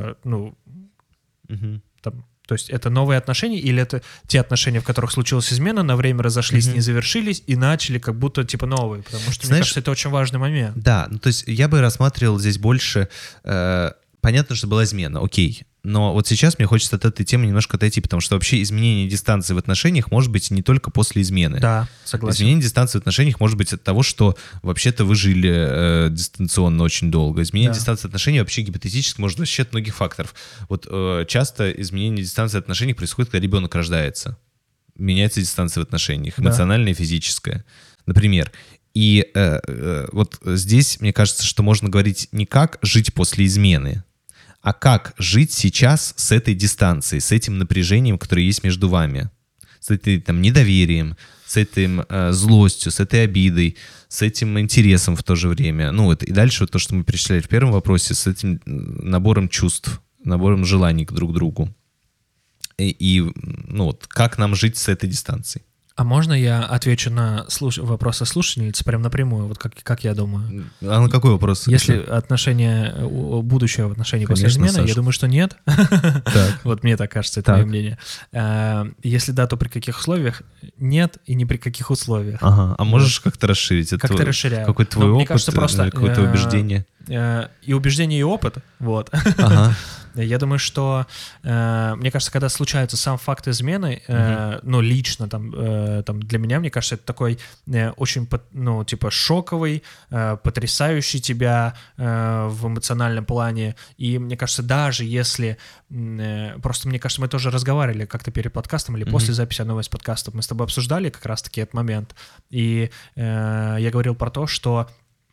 там... То есть это новые отношения или это те отношения, в которых случилась измена, на время разошлись, не завершились и начали как будто типа новые? Потому что, мне кажется, это очень важный момент. Да, то есть я бы рассматривал здесь больше... понятно, что была измена, окей. Но вот сейчас мне хочется от этой темы немножко отойти, потому что вообще изменение дистанции в отношениях может быть не только после измены. Да, согласен. Изменение дистанции в отношениях может быть от того, что вообще-то вы жили дистанционно очень долго. Изменение дистанции отношений вообще гипотетически может быть от многих факторов. Вот часто изменение дистанции в отношениях происходит, когда ребенок рождается. Меняется дистанция в отношениях, эмоциональная и физическая. Например. И вот здесь, мне кажется, что можно говорить не как жить после измены, а как жить сейчас с этой дистанцией, с этим напряжением, которое есть между вами, с этим недоверием, с этим злостью, с этой обидой, с этим интересом в то же время. И дальше вот то, что мы перечисляли в первом вопросе, с этим набором чувств, набором желаний друг к другу. И как нам жить с этой дистанцией? А можно я отвечу на вопросы слушательницы прям напрямую, вот как я думаю? А на какой вопрос? Если будущее в отношении после измены, я думаю, что нет. Вот мне так кажется, это мое мнение. Если да, то при каких условиях? Нет и ни при каких условиях. А можешь как-то расширить? Как-то расширяю. Какой твой опыт, какое-то убеждение? И убеждение, и опыт, вот. Я думаю, что, мне кажется, когда случается сам факт измены, лично там для меня, мне кажется, это такой очень, шоковый, потрясающий тебя в эмоциональном плане. И мне кажется, даже если... Просто, мне кажется, мы тоже разговаривали как-то перед подкастом или после записи одного из подкастов. Мы с тобой обсуждали как раз-таки этот момент. И я говорил про то, что...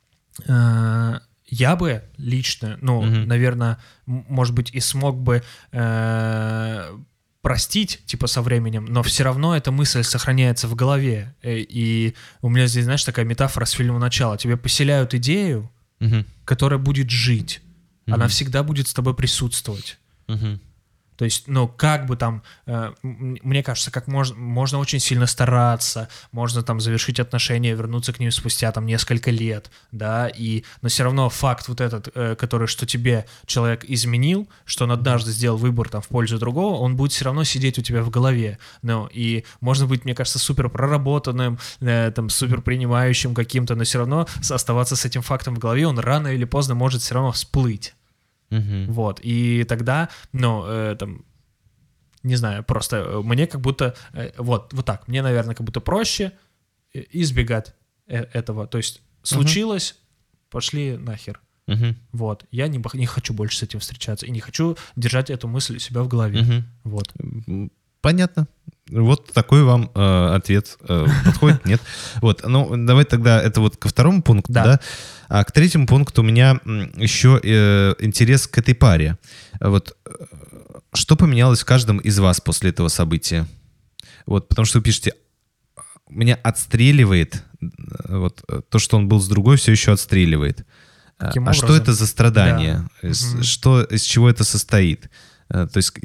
Я бы лично, наверное, может быть, и смог бы простить, со временем, но все равно эта мысль сохраняется в голове. И у меня здесь, знаешь, такая метафора с фильма «Начало». Тебе поселяют идею, которая будет жить. Она всегда будет с тобой присутствовать. То есть, ну, как бы там, мне кажется, как можно очень сильно стараться, можно там завершить отношения, вернуться к ним спустя там несколько лет, да, но все равно факт вот этот, который, что тебе человек изменил, что он однажды сделал выбор там в пользу другого, он будет все равно сидеть у тебя в голове, ну, и можно быть, мне кажется, супер проработанным, там, супер принимающим каким-то, но все равно оставаться с этим фактом в голове, он рано или поздно может все равно всплыть. Вот, и тогда, ну, там, не знаю, просто мне как будто, вот так, мне, наверное, как будто проще избегать этого, то есть случилось, пошли нахер, вот, я не хочу больше с этим встречаться, и не хочу держать эту мысль у себя в голове, вот. Понятно. Вот такой вам ответ подходит, нет? Вот, ну, давай тогда это вот ко второму пункту, да? А к третьему пункту у меня еще интерес к этой паре. Вот, что поменялось в каждом из вас после этого события? Вот, потому что вы пишете, меня отстреливает, вот, то, что он был с другой, все еще отстреливает. Каким образом? Что это за страдание? Да. Из чего это состоит? То есть,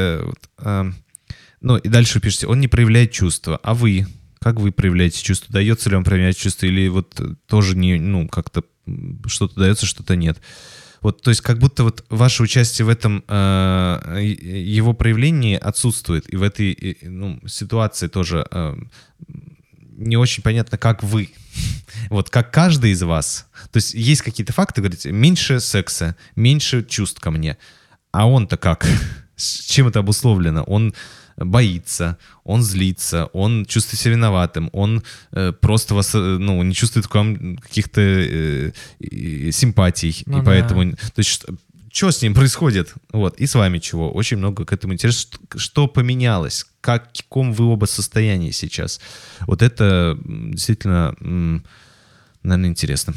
ну, и дальше вы пишете, он не проявляет чувства. А вы? Как вы проявляете чувства? Дается ли вам проявлять чувства? Или вот тоже не, ну, как-то что-то дается, что-то нет? Вот, то есть как будто вот ваше участие в этом, его проявлении отсутствует. И в этой ситуации тоже не очень понятно, как вы. Вот как каждый из вас. То есть есть какие-то факты, говорите, меньше секса, меньше чувств ко мне. А он-то как? С чем это обусловлено? Он боится, он злится, он чувствует себя виноватым, он просто вас, ну, не чувствует к вам каких-то симпатий, ну, и поэтому... То есть что с ним происходит? Вот. И с вами чего? Очень много к этому интересно. Что поменялось? В каком вы оба состоянии сейчас? Вот это действительно, наверное, интересно.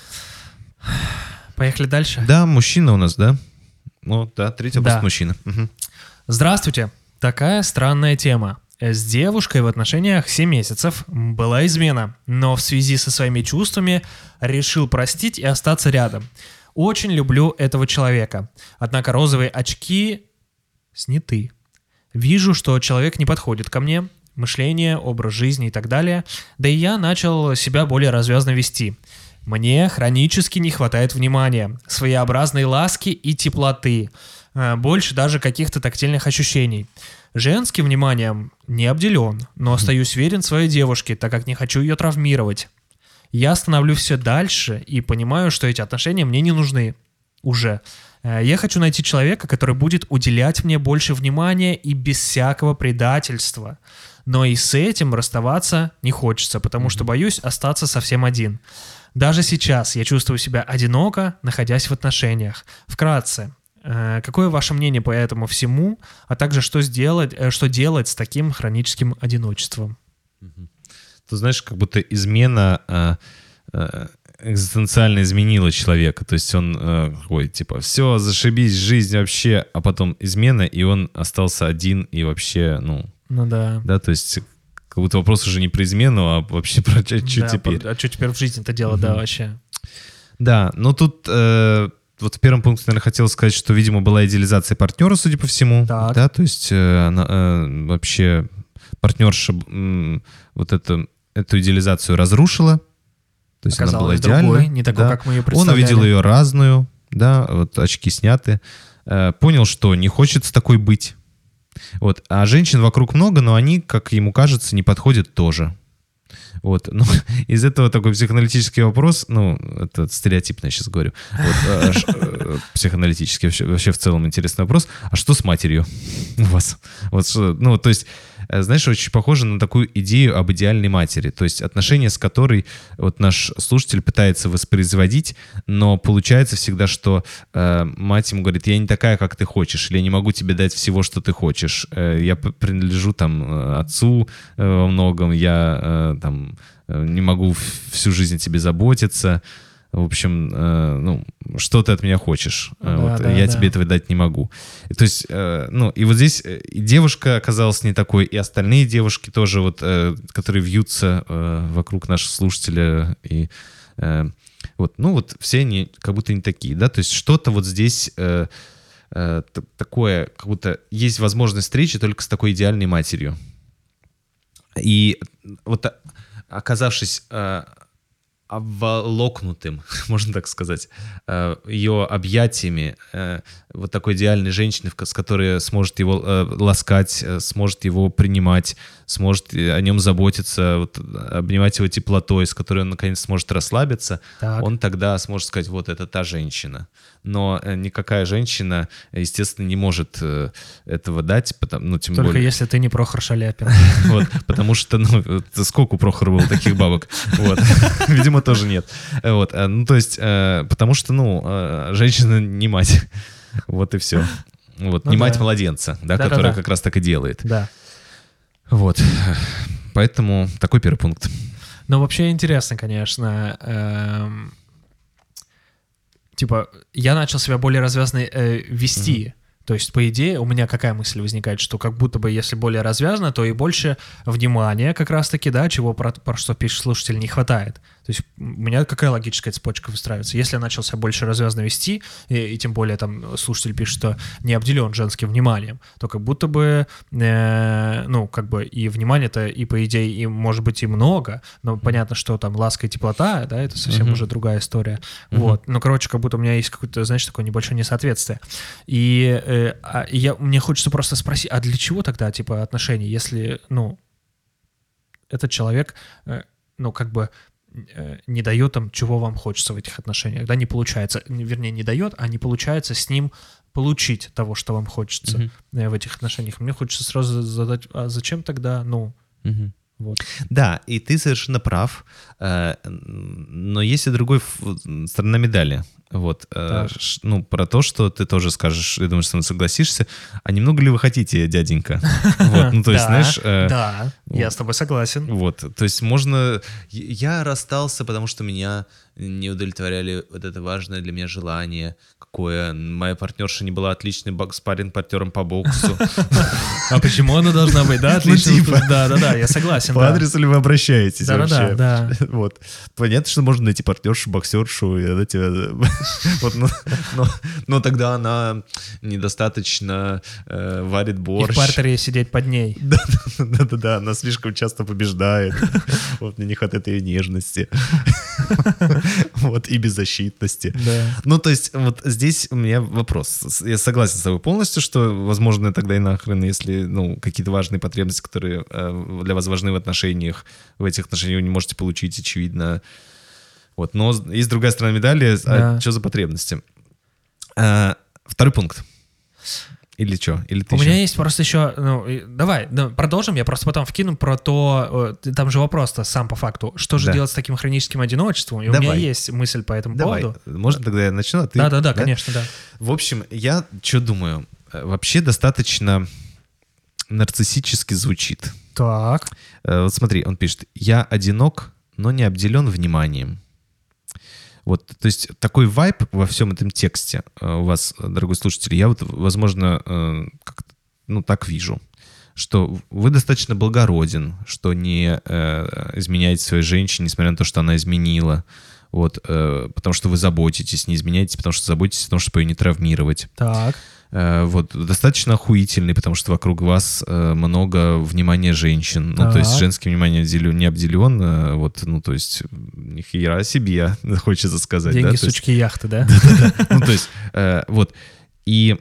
Поехали дальше? Да, мужчина у нас, да? Ну, да, третий вопрос, мужчина. Угу. Здравствуйте. Такая странная тема. С девушкой в отношениях 7 месяцев, была измена, но в связи со своими чувствами решил простить и остаться рядом. Очень люблю этого человека. Однако розовые очки сняты. Вижу, что человек не подходит ко мне, мышление, образ жизни и так далее, да и я начал себя более развязно вести. Мне хронически не хватает внимания, своеобразной ласки и теплоты. Больше даже каких-то тактильных ощущений. Женским вниманием не обделен, но остаюсь верен своей девушке, так как не хочу ее травмировать. Я становлюсь все дальше и понимаю, что эти отношения мне не нужны уже. Я хочу найти человека, который будет уделять мне больше внимания и без всякого предательства. Но и с этим расставаться не хочется, потому что боюсь остаться совсем один. Даже сейчас я чувствую себя одиноко, находясь в отношениях. Вкратце. Какое ваше мнение по этому всему, а также что делать с таким хроническим одиночеством? Ты знаешь, как будто измена экзистенциально изменила человека. То есть он такой, типа, все, зашибись, жизнь вообще, а потом измена, и он остался один и вообще, ну да. Да, то есть как будто вопрос уже не про измену, а вообще про что теперь. А что теперь в жизни-то делать, да, вообще? Да, ну тут... Вот в первом пункте, наверное, хотел сказать, что, видимо, была идеализация партнера, судя по всему. Так. Да, то есть она вообще партнерша вот эту идеализацию разрушила. То есть оказалось, она была идеальна. Другой, не такой, да. Как мы ее представляли. Он увидел ее разную, да, вот очки сняты. Понял, что не хочет с такой быть. Вот. А женщин вокруг много, но они, как ему кажется, не подходят тоже. Вот, ну, из этого такой психоаналитический вопрос, ну, это стереотипно я сейчас говорю, вот, психоаналитический вообще в целом интересный вопрос, а что с матерью у вас? Вот, ну, то есть, знаешь, очень похоже на такую идею об идеальной матери, то есть отношения с которой вот наш слушатель пытается воспроизводить, но получается всегда, что мать ему говорит, я не такая, как ты хочешь, или я не могу тебе дать всего, что ты хочешь, я принадлежу там отцу во многом, я там не могу всю жизнь о тебе заботиться. В общем, ну, что ты от меня хочешь? Да, вот, да, я тебе этого дать не могу. То есть, ну, и вот здесь и девушка оказалась не такой, и остальные девушки тоже, вот, которые вьются вокруг нашего слушателя, и вот, ну, вот все они как будто не такие, да, то есть что-то вот здесь такое, как будто есть возможность встречи только с такой идеальной матерью. И вот оказавшись обволокнутым, можно так сказать, ее объятиями вот такой идеальной женщины, с которой сможет его ласкать, сможет его принимать, сможет о нем заботиться, вот, обнимать его теплотой, с которой он наконец сможет расслабиться, он тогда сможет сказать, вот это та женщина. Но никакая женщина, естественно, не может этого дать, тем только более... если ты не Прохор Шаляпин. Вот, потому что, сколько у Прохора было таких бабок? Вот. Видимо, тоже нет. Вот. То есть, потому что, женщина не мать. Вот и все. Вот. Не мать младенца, которая как раз так и делает. Да. Вот. Поэтому такой первый пункт. Но вообще интересно, конечно. Типа, я начал себя более развязно вести. То есть, по идее, у меня какая мысль возникает, что как будто бы, если более развязано, то и больше внимания как раз-таки, чего про что пишет слушатель, не хватает. То есть у меня какая логическая цепочка выстраивается? Если я начал себя больше развязно вести, и тем более там слушатель пишет, что не обделен женским вниманием, то как будто бы, и внимания-то, и по идее, и может быть и много, но понятно, что там ласка и теплота, это совсем уже другая история. Вот. Ну, короче, как будто у меня есть какое-то, знаешь, такое небольшое несоответствие. И мне хочется просто спросить, а для чего тогда, отношения, если, этот человек, не дает там, чего вам хочется в этих отношениях, не получается, вернее, не дает, а не получается с ним получить того, что вам хочется в этих отношениях. Мне хочется сразу задать, а зачем тогда, вот. Да, и ты совершенно прав, но есть и другая сторона медали. Вот, про то, что ты тоже скажешь, я думаю, что ты согласишься. А немного ли вы хотите, дяденька? Вот, то есть, знаешь... Да, я с тобой согласен. Вот, то есть можно... Я расстался, потому что меня не удовлетворяли вот это важное для меня желание, какое моя партнерша не была отличным спарринг-партнером по боксу. А почему она должна быть, отличным? Да, я согласен. По адресу ли вы обращаетесь вообще? Да. Вот. Понятно, что можно найти партнершу, боксершу, и она тебя... Вот, но тогда она недостаточно варит борщ. И в партере сидеть под ней. Да, она слишком часто побеждает. Вот, мне не хватает ее нежности. Вот, и беззащитности. Да. То есть, вот здесь у меня вопрос. Я согласен с тобой полностью, что, возможно, тогда и нахрен, если, какие-то важные потребности, которые для вас важны в отношениях, в этих отношениях вы не можете получить, очевидно. Вот, но есть другая сторона медали, что за потребности? Второй пункт. Или что? Или ты У меня есть просто еще... давай, продолжим, я просто потом вкину про то... Там же вопрос-то сам по факту. Что же делать с таким хроническим одиночеством? И у меня есть мысль по этому поводу. Можно тогда я начну? Да, конечно, да. В общем, я что думаю? Вообще достаточно нарциссически звучит. Так. Вот смотри, он пишет: «Я одинок, но не обделен вниманием». Вот, то есть такой вайб во всем этом тексте у вас, дорогой слушатель, я вот, возможно, как-то, так вижу, что вы достаточно благороден, что не изменяете своей женщине, несмотря на то, что она изменила, вот, потому что вы заботитесь, не изменяете, потому что заботитесь о том, чтобы ее не травмировать. Так. Вот, достаточно охуительный, потому что вокруг вас много внимания женщин. То есть женское внимание не обделен, вот, то есть ни хера себе, хочется сказать. Деньги, сучки, яхты, да? Да. То есть, вот, и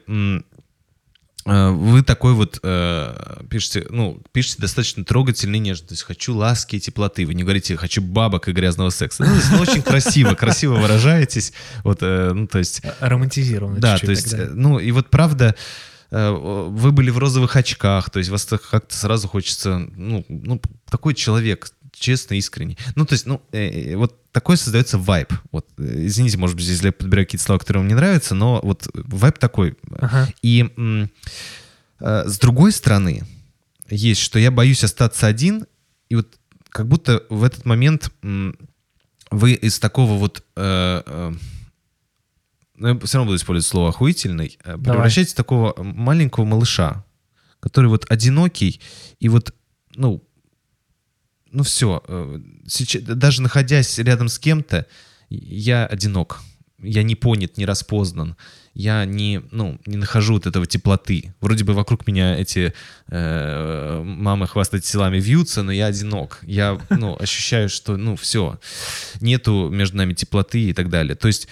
вы такой вот пишете достаточно трогательно и нежно. То есть хочу ласки и теплоты. Вы не говорите «хочу бабок и грязного секса». Очень красиво выражаетесь. Вот, то есть... Романтизированно. Да, то есть, и вот правда, вы были в розовых очках, то есть вас как-то сразу хочется, такой человек, честно, искренний. То есть, вот такой создается вайб. Вот, извините, может быть, если я подбираю какие-то слова, которые вам не нравятся, но вот вайб такой. Ага. И с другой стороны, есть, что я боюсь остаться один, и вот как будто в этот момент вы из такого вот... я все равно буду использовать слово «охуительный», превращаетесь в такого маленького малыша, который вот одинокий, и вот, все, даже находясь рядом с кем-то, я одинок. я не понят, не распознан, я не нахожу вот этого теплоты. Вроде бы вокруг меня эти мамы хвастать телами вьются, но я одинок. Я ощущаю, что все, нету между нами теплоты и так далее. То есть,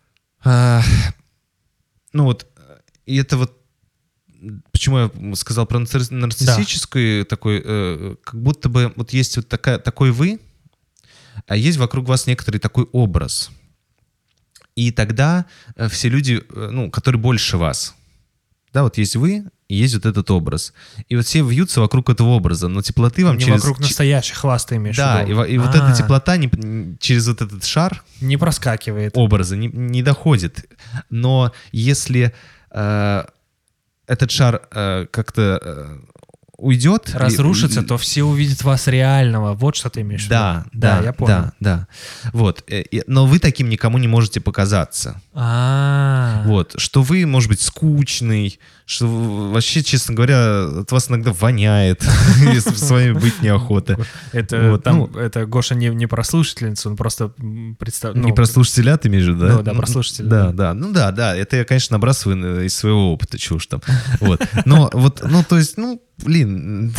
и это вот почему я сказал про нарциссическую такой, как будто бы вот есть вот такой вы, а есть вокруг вас некоторый такой образ. И тогда все люди, которые больше вас, да, вот есть вы, и есть вот этот образ. И вот все вьются вокруг этого образа, но теплоты вам не вокруг настоящих вас ты имеешь в виду. Да, и вот эта теплота через вот этот шар не проскакивает. Образа не доходит. Но если этот шар как-то уйдет... Разрушится, то все увидят вас реального. Вот что ты имеешь в виду. Да, я понял. Да. Вот. Но вы таким никому не можете показаться. Вот. Что вы, может быть, скучный, что вообще, честно говоря, от вас иногда воняет, если с вами быть неохота. Это Гоша не про слушательницу, он просто представляет... Не про слушателя ты имеешь в виду, да? Да, про слушателя. Да. Это я, конечно, набрасываю из своего опыта, чушь там. Вот. Но вот, то есть, блин.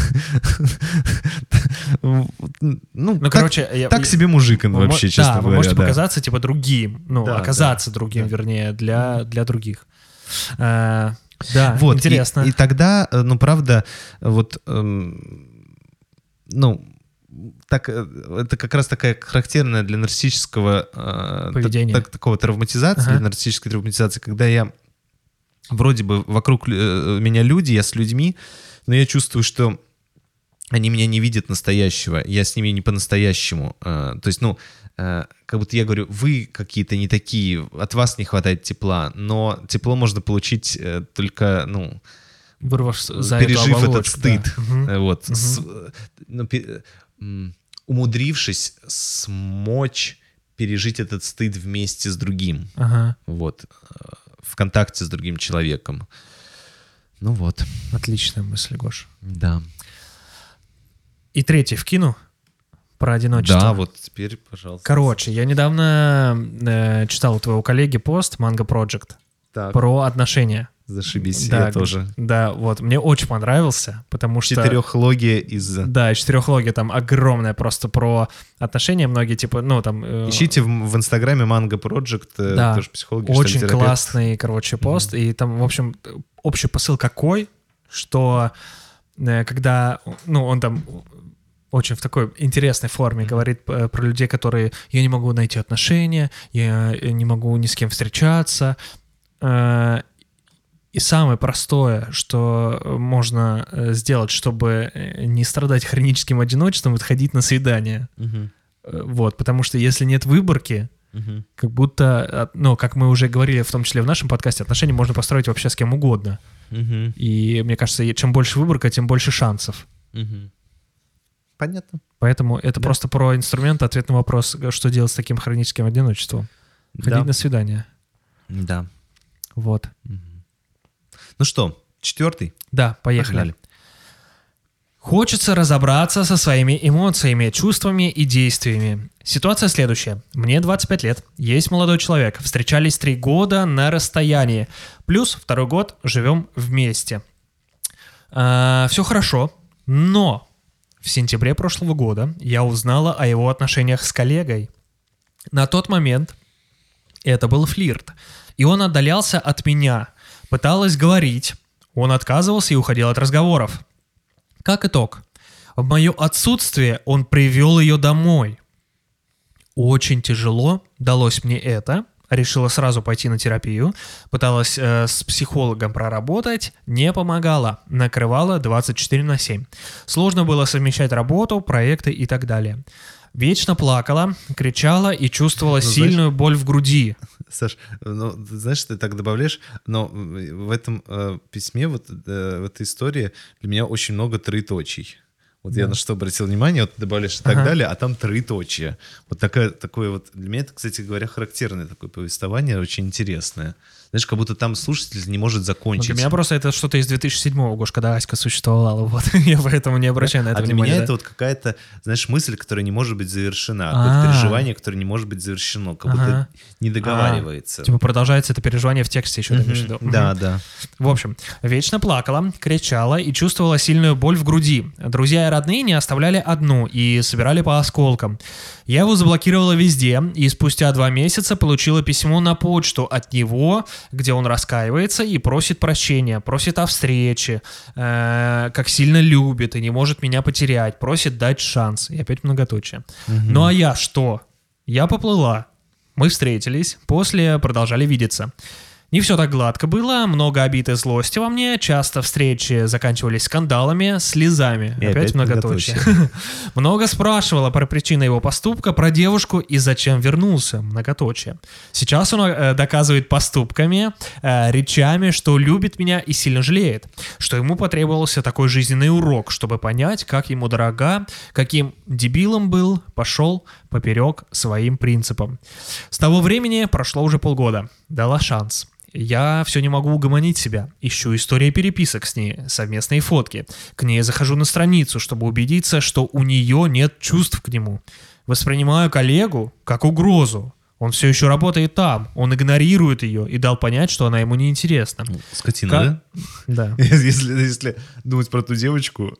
Короче... Так себе мужик он вообще, честно говоря. Да, вы можете показаться, типа, другим. Оказаться другим, вернее, для других. Да, вот, интересно. И тогда, правда, вот, так, это как раз такая характерная для нарциссического поведения. Такого травматизации, нарциссической травматизации, когда я вроде бы вокруг меня люди, я с людьми, но я чувствую, что они меня не видят настоящего, я с ними не по-настоящему. То есть, как будто я говорю, вы какие-то не такие, от вас не хватает тепла, но тепло можно получить только, пережив этот стыд. Да. Вот. Умудрившись смочь пережить этот стыд вместе с другим. Вот. В контакте с другим человеком. Вот. Отличная мысль, Гош. Да. И третий вкину про одиночество. Да, вот теперь, пожалуйста. Короче, я недавно читал у твоего коллеги пост Mango Project про отношения. Зашибись, я тоже. Да, вот, мне очень понравился, потому что... Четырехлогия из... Да, четырехлогия там огромная просто про отношения, многие типа, Ищите в Инстаграме Mango Project, да, тоже психологи, очень классный, пост, и там, в общем, общий посыл какой, что когда, он там... очень в такой интересной форме говорит про людей, которые «я не могу найти отношения, я не могу ни с кем встречаться». И самое простое, что можно сделать, чтобы не страдать хроническим одиночеством, это ходить на свидания. Вот, потому что если нет выборки, как будто, как мы уже говорили, в том числе в нашем подкасте, отношения можно построить вообще с кем угодно. И мне кажется, чем больше выборка, тем больше шансов. Понятно. Поэтому это просто про инструмент, ответ на вопрос, что делать с таким хроническим одиночеством. Ходить на свидание. Да. Вот. Ну что, 4? Да, поехали. Хочется разобраться со своими эмоциями, чувствами и действиями. Ситуация следующая. Мне 25 лет, есть молодой человек, встречались 3 года на расстоянии, плюс 2-й год живем вместе. Все хорошо, но в сентябре прошлого года я узнала о его отношениях с коллегой. На тот момент это был флирт, и он отдалялся от меня. Пыталась говорить, он отказывался и уходил от разговоров. Как итог, в мое отсутствие он привел ее домой. Очень тяжело далось мне это. Решила сразу пойти на терапию. Пыталась с психологом проработать. Не помогала. Накрывала 24/7. Сложно было совмещать работу, проекты и так далее. Вечно плакала, кричала и чувствовала сильную боль в груди. Саш, знаешь, ты так добавляешь, но в этом письме, в этой истории для меня очень много троеточий. Вот я на что обратил внимание, вот ты добавляешь и так далее, а там троеточие. Вот такое вот, для меня это, кстати говоря, характерное такое повествование, очень интересное. Знаешь, как будто там слушатель не может закончить. Для меня просто это что-то из 2007-го, Гош, когда Аська существовала, вот. Я поэтому не обращаю на это внимания. А для меня это вот какая-то, знаешь, мысль, которая не может быть завершена, какое-то переживание, которое не может быть завершено, как будто не договаривается. Типа продолжается это переживание в тексте еще, ты имеешь в виду? Да. В общем, вечно плакала, кричала и чувствовала сильную боль в груди. Друзья и родные не оставляли одну и собирали по осколкам. Я его заблокировала везде, и спустя 2 месяца получила письмо на почту от него, где он раскаивается и просит прощения, просит о встрече, как сильно любит и не может меня потерять, просит дать шанс. И опять многоточие. Ну а я что? Я поплыла. Мы встретились, после продолжали видеться. Не все так гладко было, много обид и злости во мне, часто встречи заканчивались скандалами, слезами. И опять многоточие. Много спрашивала про причины его поступка, про девушку и зачем вернулся, многоточие. Сейчас он доказывает поступками, речами, что любит меня и сильно жалеет, что ему потребовался такой жизненный урок, чтобы понять, как ему дорога, каким дебилом был, пошел поперек своим принципам. С того времени прошло уже полгода, дала шанс. Я все не могу угомонить себя. Ищу истории переписок с ней, совместные фотки. К ней захожу на страницу, чтобы убедиться, что у нее нет чувств к нему. Воспринимаю коллегу как угрозу. Он все еще работает там, он игнорирует ее и дал понять, что она ему неинтересна. Скотина, да? Да. Если думать про ту девочку,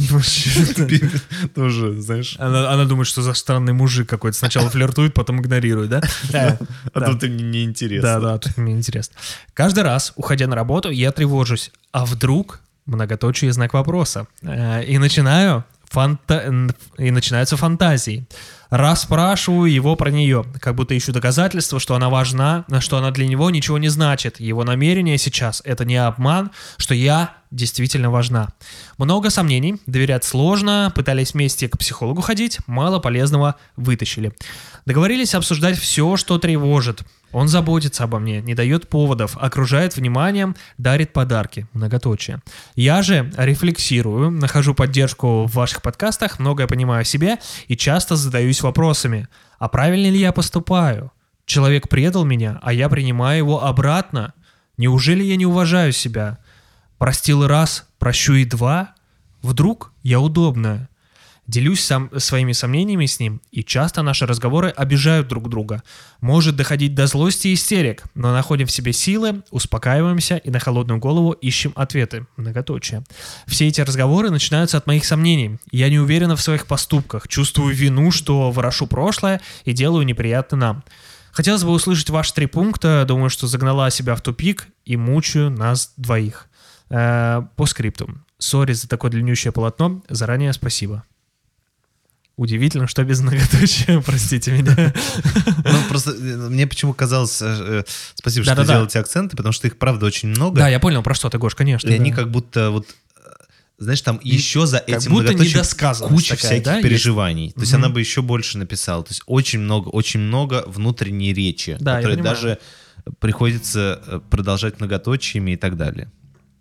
тоже, знаешь... Она думает, что за странный мужик какой-то. Сначала флиртует, потом игнорирует, да? А тут мне неинтересно. Да, тут мне интересно. Каждый раз, уходя на работу, я тревожусь. А вдруг? Многоточие, знак вопроса. И начинаются фантазии. Расспрашиваю его про нее, как будто ищу доказательства, что она важна, что она для него ничего не значит. Его намерение сейчас — это не обман, что я действительно важна. Много сомнений, доверять сложно, пытались вместе к психологу ходить, мало полезного вытащили. Договорились обсуждать все, что тревожит. Он заботится обо мне, не дает поводов, окружает вниманием, дарит подарки. Многоточие. Я же рефлексирую, нахожу поддержку в ваших подкастах, многое понимаю о себе и часто задаюсь вопросами. А правильно ли я поступаю? Человек предал меня, а я принимаю его обратно. Неужели я не уважаю себя? Простил раз, прощу и 2? Вдруг я удобная? Делюсь своими сомнениями с ним, и часто наши разговоры обижают друг друга. Может доходить до злости и истерик, но находим в себе силы, успокаиваемся и на холодную голову ищем ответы. Многоточие. Все эти разговоры начинаются от моих сомнений. Я не уверена в своих поступках, чувствую вину, что ворошу прошлое и делаю неприятно нам. Хотелось бы услышать ваши 3 пункта, думаю, что загнала себя в тупик и мучаю нас двоих. По скрипту. Сори за такое длиннющее полотно, заранее спасибо. Удивительно, что без многоточия, простите меня. Ну, просто мне почему казалось... Спасибо, что делаете акценты, потому что их, правда, очень много. Да, я понял, про что ты, Гош, конечно. И они как будто вот... Знаешь, там еще за этим многоточием куча всяких переживаний. То есть она бы еще больше написала. То есть очень много внутренней речи, которые даже приходится продолжать многоточиями и так далее.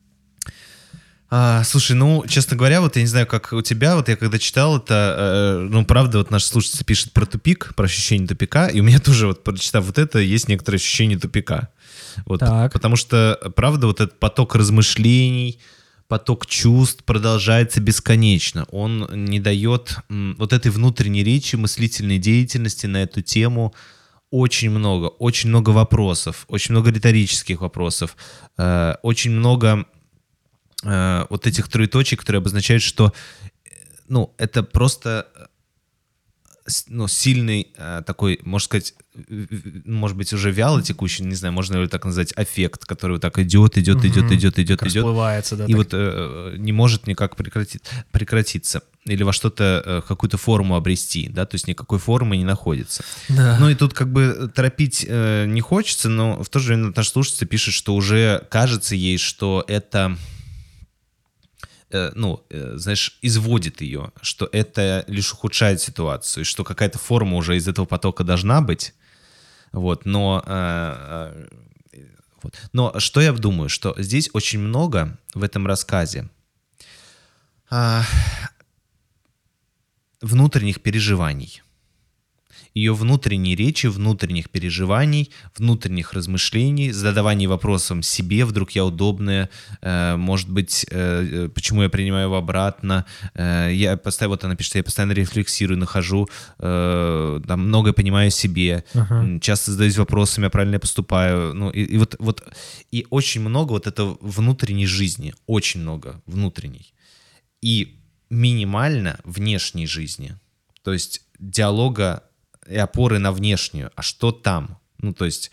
Слушай, ну, честно говоря, вот я не знаю, как у тебя, вот я когда читал это, ну, правда, вот наш слушатель пишет про тупик, про ощущение тупика, и у меня тоже, вот, прочитав вот это, есть некоторое ощущение тупика. Вот, потому что, правда, вот этот поток размышлений, поток чувств продолжается бесконечно. Он не дает вот этой внутренней речи, мыслительной деятельности на эту тему. Очень много вопросов, очень много риторических вопросов, очень много... вот этих троеточий, которые обозначают, что, ну, это просто, ну, сильный такой, можно сказать, может быть, уже вяло текущий, не знаю, можно ли так назвать, аффект, который вот так идет. Расплывается, да. И вот не может никак прекратиться или во что-то, какую-то форму обрести, да, то есть никакой формы не находится. Да. Ну и тут как бы торопить не хочется, но в то же время наш слушатель пишет, что уже кажется ей, что это... ну, знаешь, изводит ее, что это лишь ухудшает ситуацию, что какая-то форма уже из этого потока должна быть, вот, но что я думаю, что здесь очень много в этом рассказе внутренних переживаний. Ее внутренней речи, внутренних переживаний, внутренних размышлений, задавания вопросом себе, вдруг я удобная, может быть, почему я принимаю его обратно. Я постоянно, вот она пишет, я постоянно рефлексирую, нахожу, там, многое понимаю о себе, часто задаюсь вопросами, я правильно поступаю. Ну, и и очень много вот этого внутренней жизни, очень много внутренней. И минимально внешней жизни. То есть диалога и опоры на внешнюю. А что там? Ну, то есть,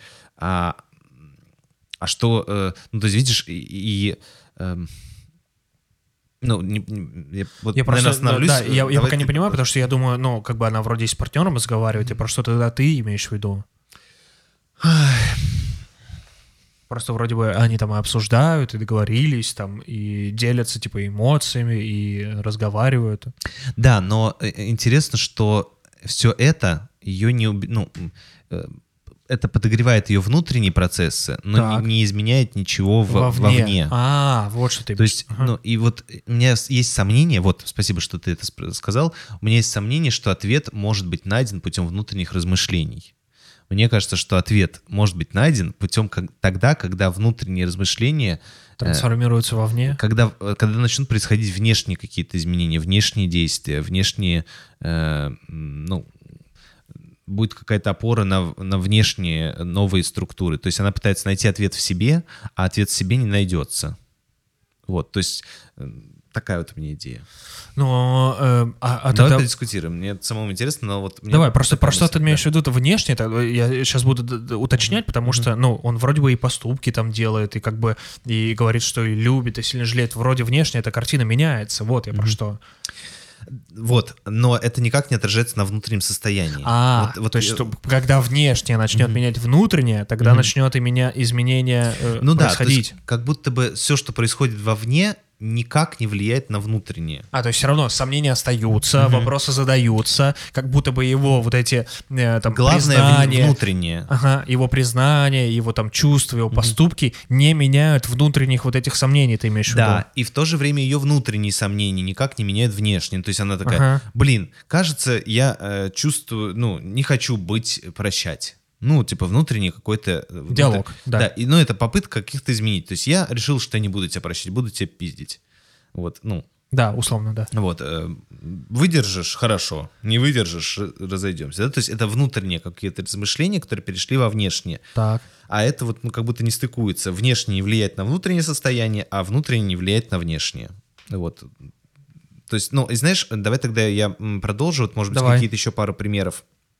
что... ну, то есть, видишь, ну, я просто остановлюсь. Да, я пока не понимаю, потому что я думаю, ну, как бы она вроде с партнером разговаривает, и про что тогда ты имеешь в виду? Просто вроде бы они там и обсуждают, и договорились, там, и делятся, типа, эмоциями, и разговаривают. Да, но интересно, что все это ее не... Ну, это подогревает ее внутренние процессы, но не изменяет ничего вовне. Вот что ты... То есть, ну, и вот у меня есть сомнение, вот, спасибо, что ты это сказал, у меня есть сомнение, что ответ может быть найден путем внутренних размышлений. Мне кажется, что ответ может быть найден путем тогда, когда внутренние размышления трансформируются вовне. Когда начнут происходить внешние какие-то изменения, внешние действия, внешние, ну, будет какая-то опора на внешние новые структуры. То есть она пытается найти ответ в себе, а ответ в себе не найдется. Вот, то есть такая вот у меня идея. Но, давай подискутируем. Мне самому интересно, но вот... Давай, просто про что ты имеешь в виду-то внешне, я сейчас буду уточнять, потому что, ну, он вроде бы и поступки там делает, и как бы, и говорит, что и любит, и сильно жалеет. Вроде внешне эта картина меняется, вот я про что. Вот, но это никак не отражается на внутреннем состоянии. То есть, когда внешнее начнет менять внутреннее, тогда начнет изменение происходить. То есть, как будто бы все, что происходит вовне, никак не влияет на внутреннее. То есть все равно сомнения остаются, вопросы задаются, как будто бы его вот эти там главное признания, внутреннее. Его признания, его там чувства, его поступки не меняют внутренних вот этих сомнений, ты имеешь в виду? Да, и в то же время ее внутренние сомнения никак не меняют внешние. То есть она такая, блин, кажется, я чувствую, ну, не хочу прощать. Ну, типа внутренний какой-то... Диалог, да. И, ну, это попытка каких-то изменить. То есть я решил, что я не буду тебя прощать, буду тебя пиздить. Вот, ну. Да, условно, да. Вот. Выдержишь — хорошо, не выдержишь — разойдемся. Да? То есть это внутренние какие-то размышления, которые перешли во внешние. Так. А это вот, ну, как будто не стыкуется. Внешнее влияет на внутреннее состояние, а внутреннее не влияет на внешнее. Вот. То есть, ну, и знаешь, давай тогда я продолжу. Вот, может быть, какие-то еще пару примеров.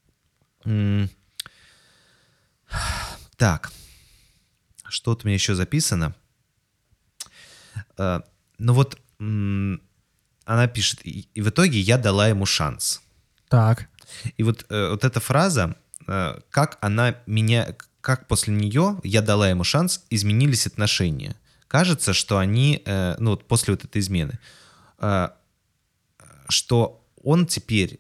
Так, что-то у меня еще записано. Ну вот, она пишет, и в итоге я дала ему шанс. Так. И вот эта фраза, как после нее я дала ему шанс, изменились отношения. Кажется, что они, ну вот после вот этой измены, что он теперь...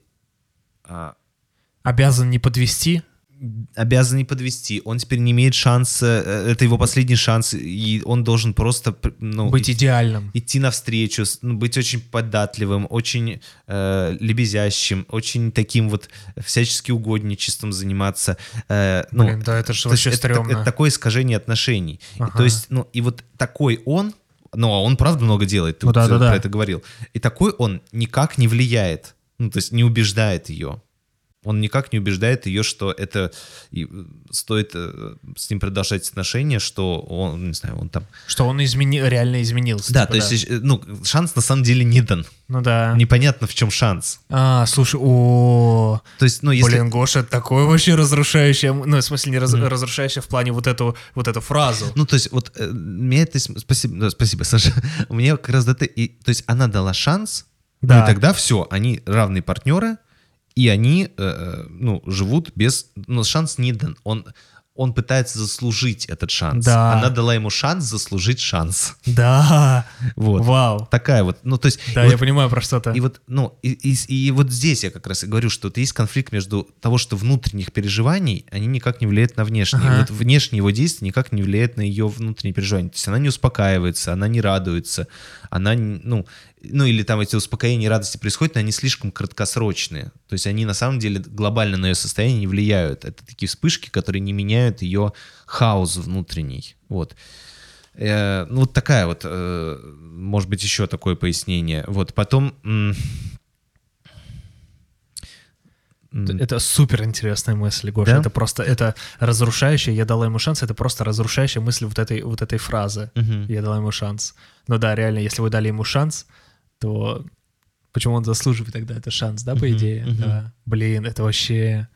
обязан не подвести? Обязан не подвести. Он теперь не имеет шанса, это его последний шанс, и он должен просто... Ну, быть идеальным. Идти навстречу, быть очень податливым, очень лебезящим, очень таким вот всячески угодничеством заниматься. Блин, да, это же вообще стрёмно. Это такое искажение отношений. И, то есть, ну, и вот такой он, ну, он правда много делает, ты про это говорил, и такой он никак не влияет, ну, то есть не убеждает ее. Он никак не убеждает ее, что это стоит с ним продолжать отношения, что он, не знаю, он там... Что он реально изменился. Да, типа, то есть, ну, шанс на самом деле не дан. Ну да. Непонятно, в чем шанс. Слушай, то есть, ну, если... Блин, Гоша, такое вообще разрушающее, ну, в смысле, не разрушающее в плане вот эту фразу. Ну, то есть, вот, мне это... Спасибо, Саша. Мне как раз это... То есть, она дала шанс, да. Ну, и тогда все, они равные партнеры, и они, ну, живут без... Ну, шанс не дан. он пытается заслужить этот шанс. Да. Она дала ему шанс заслужить шанс. Да. Вот. Вау. Такая вот, ну, то есть... Да, я понимаю про что-то. И вот, ну, и вот здесь я как раз и говорю, что вот есть конфликт между того, что внутренних переживаний, они никак не влияют на внешние. Ага. Вот внешние его действия никак не влияют на ее внутренние переживания. То есть она не успокаивается, она не радуется, она, ну, или там эти успокоения и радости происходят, но они слишком краткосрочные. То есть они на самом деле глобально на ее состояние не влияют. Это такие вспышки, которые не меняют ее хаос внутренний. Вот. Ну, вот такая вот, может быть, еще такое пояснение. Вот, потом... Это супер интересная мысль, Гоша. Да? Это просто, это разрушающая, я дала ему шанс, это просто разрушающая мысль вот этой фразы. Я дала ему шанс. Ну да, реально, если вы дали ему шанс, то почему он заслуживает тогда это шанс, да, по идее? Да. Блин, это вообще...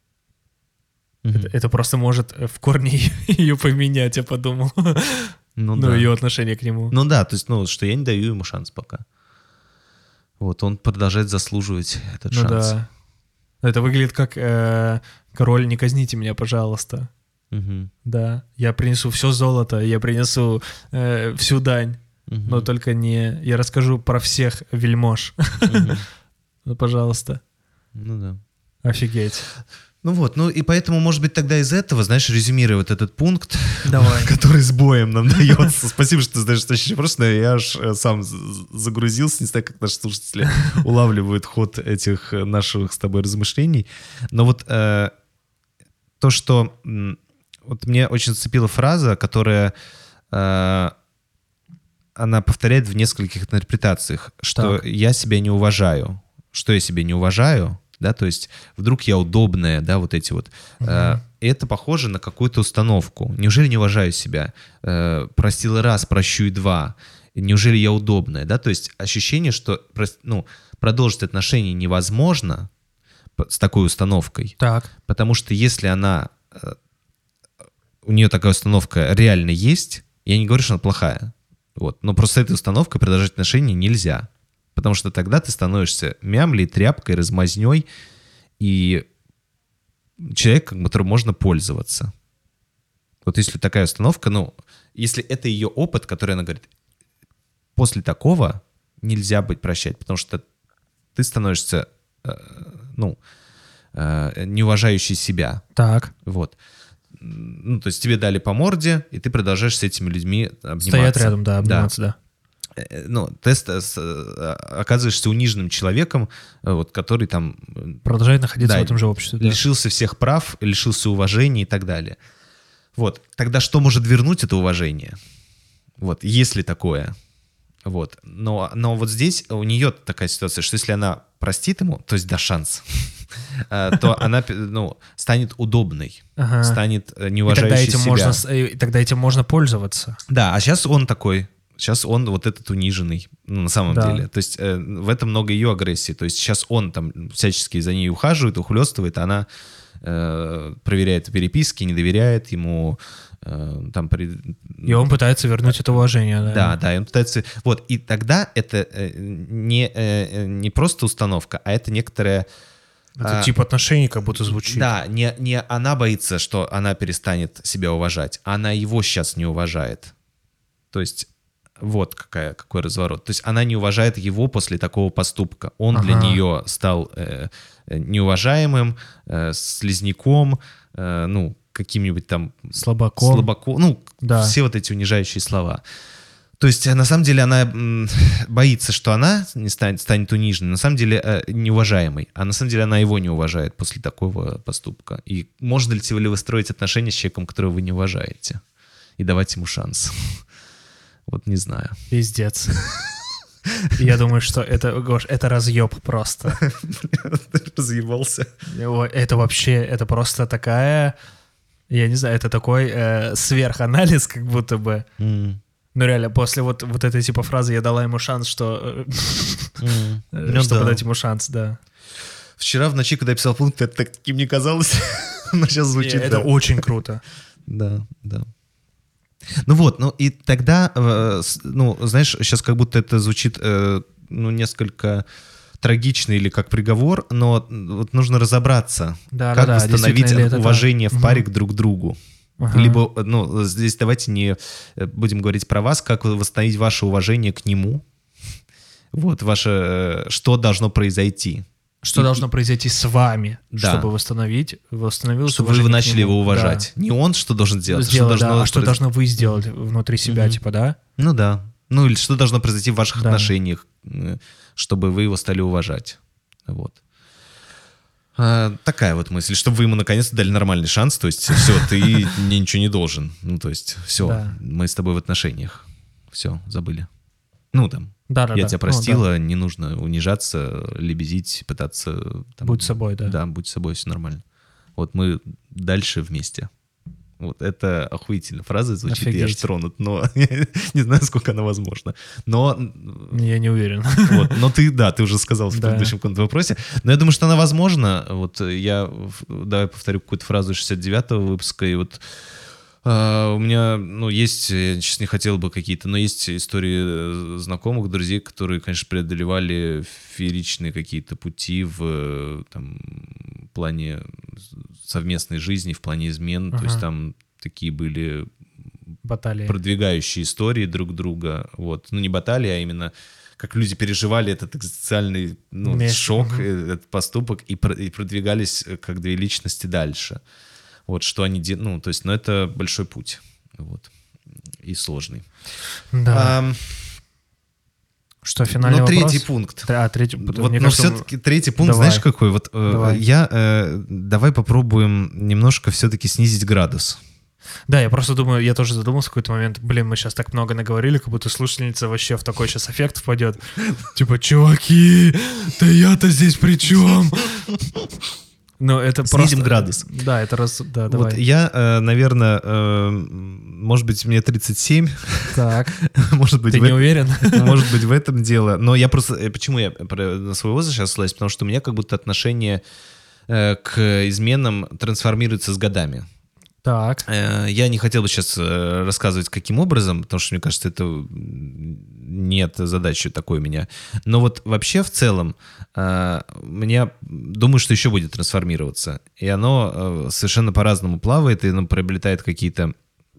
Это просто может в корне ее поменять, я подумал. Ну, да. Ее отношение к нему. Ну да, то есть, ну, что я не даю ему шанс пока. Вот, он продолжает заслуживать этот шанс. Да. Это выглядит как «Король, не казните меня, пожалуйста». Да, я принесу все золото, я принесу всю дань, но только не... Я расскажу про всех вельмож. Ну, пожалуйста. Ну да. Офигеть. Ну вот, ну и поэтому, может быть, тогда из этого, знаешь, резюмируя вот этот пункт, давай, который с боем нам дается. Спасибо, что ты знаешь следующий вопрос, но я аж сам загрузился, не знаю, как наши слушатели улавливают ход этих наших с тобой размышлений. Но вот то, что... Вот мне очень зацепила фраза, которая... Она повторяет в нескольких интерпретациях, что я себя не уважаю. Что я себя не уважаю? Да, то есть вдруг я удобная, да, вот эти вот. Это похоже на какую-то установку. Неужели не уважаю себя? Простил раз, прощу и два. Неужели я удобная, да? То есть ощущение, что, ну, продолжить отношения невозможно с такой установкой. Так. Потому что если у нее такая установка реально есть, я не говорю, что она плохая. Вот. Но просто с этой установкой продолжать отношения нельзя. Потому что тогда ты становишься мямлей, тряпкой, размазнёй и человеком, которым можно пользоваться. Вот если такая установка, ну, если это ее опыт, который она говорит, после такого нельзя быть прощать, потому что ты становишься, неуважающий себя. Так. Вот. Ну, то есть тебе дали по морде, и ты продолжаешь с этими людьми обниматься. Стоять рядом, да, обниматься, да. Ну, ты оказываешься униженным человеком, вот, который там... Продолжает находиться в этом же обществе. Да. Лишился всех прав, лишился уважения и так далее. Вот. Тогда что может вернуть это уважение? Вот, есть ли такое? Вот. Но вот здесь у нее такая ситуация, что если она простит ему, то есть даст шанс, то она, ну, станет удобной, станет неуважающей себя. И тогда этим можно пользоваться. Да, а сейчас он такой... Сейчас он вот этот униженный, ну, на самом деле. То есть в этом много ее агрессии. То есть сейчас он там всячески за ней ухаживает, ухлёстывает, а она проверяет переписки, не доверяет ему. И он пытается вернуть это уважение. Да, и он пытается... Вот, и тогда это не просто установка, а это некоторая... Это тип отношений как будто звучит. Да, не она боится, что она перестанет себя уважать, а она его сейчас не уважает. То есть... Вот какой разворот. То есть она не уважает его после такого поступка. Он для нее стал неуважаемым, слизняком, ну, каким-нибудь там... Слабаком. Ну, да. Все вот эти унижающие слова. То есть на самом деле она боится, что она не станет униженной, на самом деле неуважаемой. А на самом деле она его не уважает после такого поступка. И можно ли вы строить отношения с человеком, которого вы не уважаете? И давать ему шанс? Вот не знаю. Пиздец. Я думаю, что это, Гош, это разъеб просто. Разъебался. Это вообще, это просто такая, я не знаю, это такой сверханализ как будто бы. Ну реально, после вот этой типа фразы я дала ему шанс, что... Чтобы дать ему шанс, да. Вчера в ночи, когда я писал пункт, это таким не казалось, но сейчас звучит. Это очень круто. Да. Ну вот, ну и тогда, ну, знаешь, сейчас как будто это звучит, ну, несколько трагично или как приговор, но вот нужно разобраться, как восстановить уважение в паре друг к другу. Либо, ну, здесь давайте не будем говорить про вас, как восстановить ваше уважение к нему. Вот, ваше, что должно произойти. Что должно произойти с вами, чтобы восстановилось чтобы вы начали его уважать. Да. Не он что должен делать, что должно вы сделать внутри себя, типа, да? Ну да. Ну или что должно произойти в ваших отношениях, чтобы вы его стали уважать. Вот. Такая вот мысль, чтобы вы ему наконец-то дали нормальный шанс, то есть все, ты мне ничего не должен. Ну то есть все, мы с тобой в отношениях. Все, забыли. Ну там. Я тебя простила, не нужно унижаться, лебезить, пытаться... Там, будь собой, да. Да, будь собой, все нормально. Вот мы дальше вместе. Вот это охуительно. Фраза звучит, я аж тронут, но я не знаю, сколько она возможна. Но... Я не уверен. Вот, но ты уже сказал в предыдущем каком-то вопросе. Но я думаю, что она возможна. Вот я, давай повторю какую-то фразу 69-го выпуска, и вот у меня, ну, есть, я сейчас не хотел бы какие-то, но есть истории знакомых, друзей, которые, конечно, преодолевали фееричные какие-то пути в там, плане совместной жизни, в плане измен. То есть там такие были баталии, продвигающие истории друг друга. Вот. Ну, не баталии, а именно как люди переживали этот экзистенциальный шок, этот поступок, и продвигались как две личности дальше. Вот, что они делают, ну, то есть, но это большой путь, вот, и сложный. Да. Что, финальный вопрос? Третий пункт. Третий, вот, но кажется, все-таки третий пункт, знаешь, какой? Вот давай попробуем немножко все-таки снизить градус. Да, я просто думаю, я тоже задумался в какой-то момент, мы сейчас так много наговорили, как будто слушательница вообще в такой сейчас эффект впадет. Типа, чуваки, да я-то здесь при чем? Ну, это снизим градус. Да, это да, давай. Вот я, наверное, может быть, мне 37. Так. Может быть, ты не уверен? Может быть, в этом дело. Но я просто... Почему я на свой возраст сейчас ссылаюсь? Потому что у меня как будто отношение к изменам трансформируется с годами. Так. Я не хотел бы сейчас рассказывать, каким образом, потому что, мне кажется, это нет задачи такой у меня. Но вот вообще в целом я думаю, что еще будет трансформироваться. И оно совершенно по-разному плавает, и оно приобретает какие-то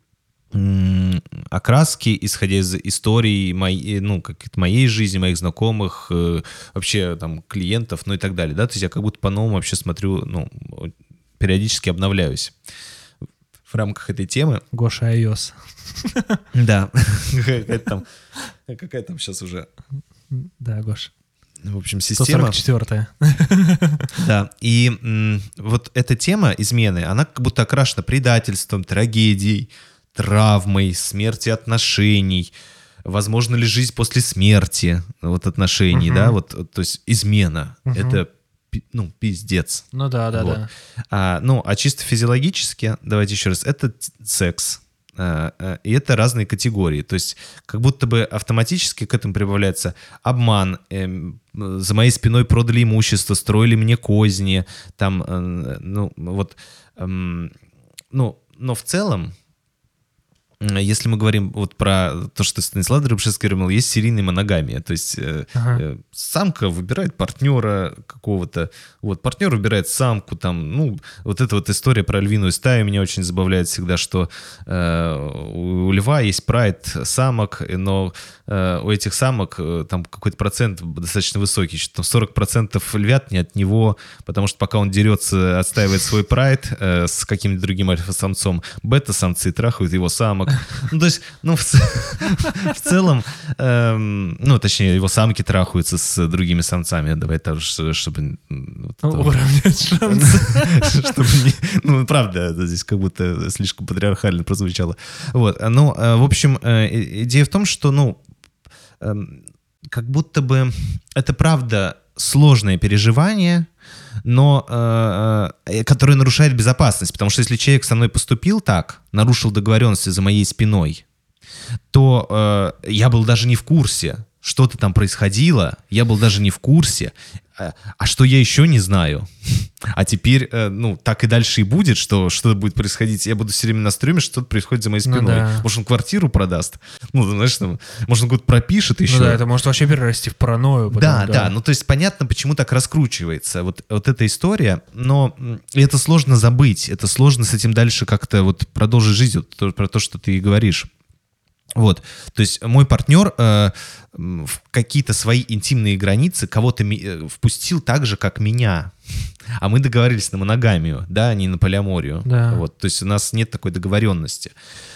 окраски, исходя из истории моей жизни, моих знакомых, вообще там клиентов, ну и так далее. Да? То есть я как будто по-новому вообще смотрю, периодически обновляюсь в рамках этой темы. Гоша iOS. Да. Какая там сейчас уже... Да, Гоша. В общем, система... 144-я. Да, и вот эта тема измены, она как будто окрашена предательством, трагедией, травмой, смертью отношений, возможно ли жизнь после смерти, вот отношений, да, вот, то есть измена, это пиздец. Ну да, вот. Да. А чисто физиологически, давайте еще раз, это секс. И это разные категории. То есть как будто бы автоматически к этому прибавляется обман, за моей спиной продали имущество, строили мне козни, там, но в целом, если мы говорим вот про то, что Станислав Дробышевский говорил, есть серийная моногамия. То есть самка выбирает партнера какого-то, вот партнер выбирает самку, там, вот эта вот история про львиную стаю меня очень забавляет всегда, что у льва есть прайд самок, но у этих самок там какой-то процент достаточно высокий, что 40% львят не от него, потому что пока он дерется, отстаивает свой прайд с каким-нибудь другим альфа-самцом, бета-самцы трахают его самок. То есть, в целом, точнее, его самки трахаются с другими самцами. Давай так, чтобы... Уравнять шансы. Чтобы правда, здесь как будто слишком патриархально прозвучало. Вот. В общем, идея в том, что, как будто бы это правда сложное переживание, но который нарушает безопасность. Потому что если человек со мной поступил так, нарушил договоренности за моей спиной, то я был даже не в курсе, что-то там происходило, я был даже не в курсе, а что я еще не знаю. А теперь, так и дальше и будет, что что-то будет происходить. Я буду все время на стриме, что-то происходит за моей спиной. Да. Может, он квартиру продаст? Знаешь, может, он куда-то пропишет еще. Это может вообще перерасти в паранойю. Потом, да. То есть понятно, почему так раскручивается вот эта история, но это сложно забыть, это сложно с этим дальше как-то вот продолжить жизнь, вот, про то, что ты и говоришь. Вот, то есть мой партнер в какие-то свои интимные границы кого-то впустил так же, как меня. А мы договорились на моногамию, да, а не на полиаморию. Да. Вот, то есть у нас нет такой договоренности.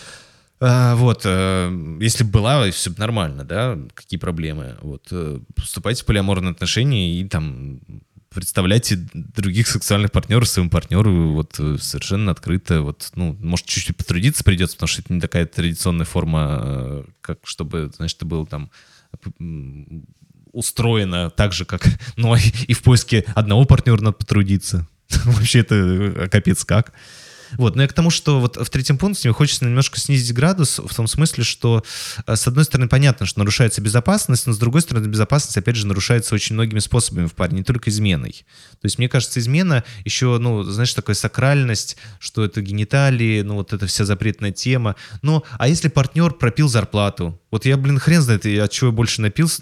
Если бы была, все бы нормально, да, какие проблемы. Вот, вступайте в полиаморные отношения и там представляйте других сексуальных партнеров своему партнеру вот совершенно открыто. Вот, может, чуть-чуть потрудиться придется, потому что это не такая традиционная форма, как чтобы, знаешь, это было там устроено так же, как... и в поиске одного партнера надо потрудиться. Вообще это капец как. Вот, но я к тому, что вот в третьем пункте мне хочется немножко снизить градус в том смысле, что с одной стороны понятно, что нарушается безопасность, но с другой стороны безопасность, опять же, нарушается очень многими способами в паре, не только изменой. То есть мне кажется, измена еще, знаешь, такая сакральность, что это гениталии, вот эта вся запретная тема. А если партнер пропил зарплату? Вот я, хрен знает, от чего я больше напился,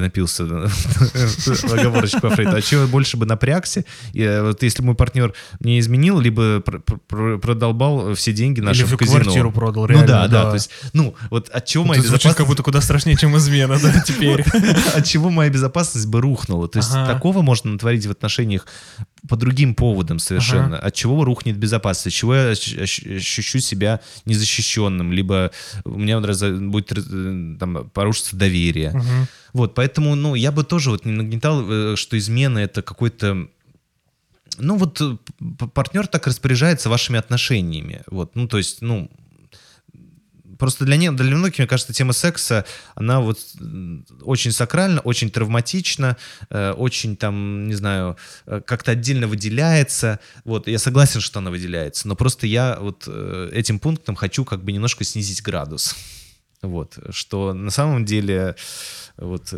оговорочку Фрейда, от чего я больше бы напрягся, вот если мой партнер мне изменил, либо продолбал все деньги наши в казино. Или квартиру продал, реально. Да. То есть, вот от чего моя безопасность... Звучит как будто куда страшнее, чем измена, да, теперь. От чего моя безопасность бы рухнула. То есть такого можно натворить в отношениях по другим поводам совершенно. От чего рухнет безопасность, от чего я ощущу себя незащищенным, либо у меня будет там порушиться доверие. Вот, поэтому, я бы тоже вот не нагнетал, что измена — это какой-то... партнер так распоряжается вашими отношениями. Вот, то есть, просто для многих, мне кажется, тема секса, она вот очень сакральна, очень травматична, очень там, не знаю, как-то отдельно выделяется. Вот, я согласен, что она выделяется, но просто я вот этим пунктом хочу как бы немножко снизить градус. Вот, что на самом деле, вот,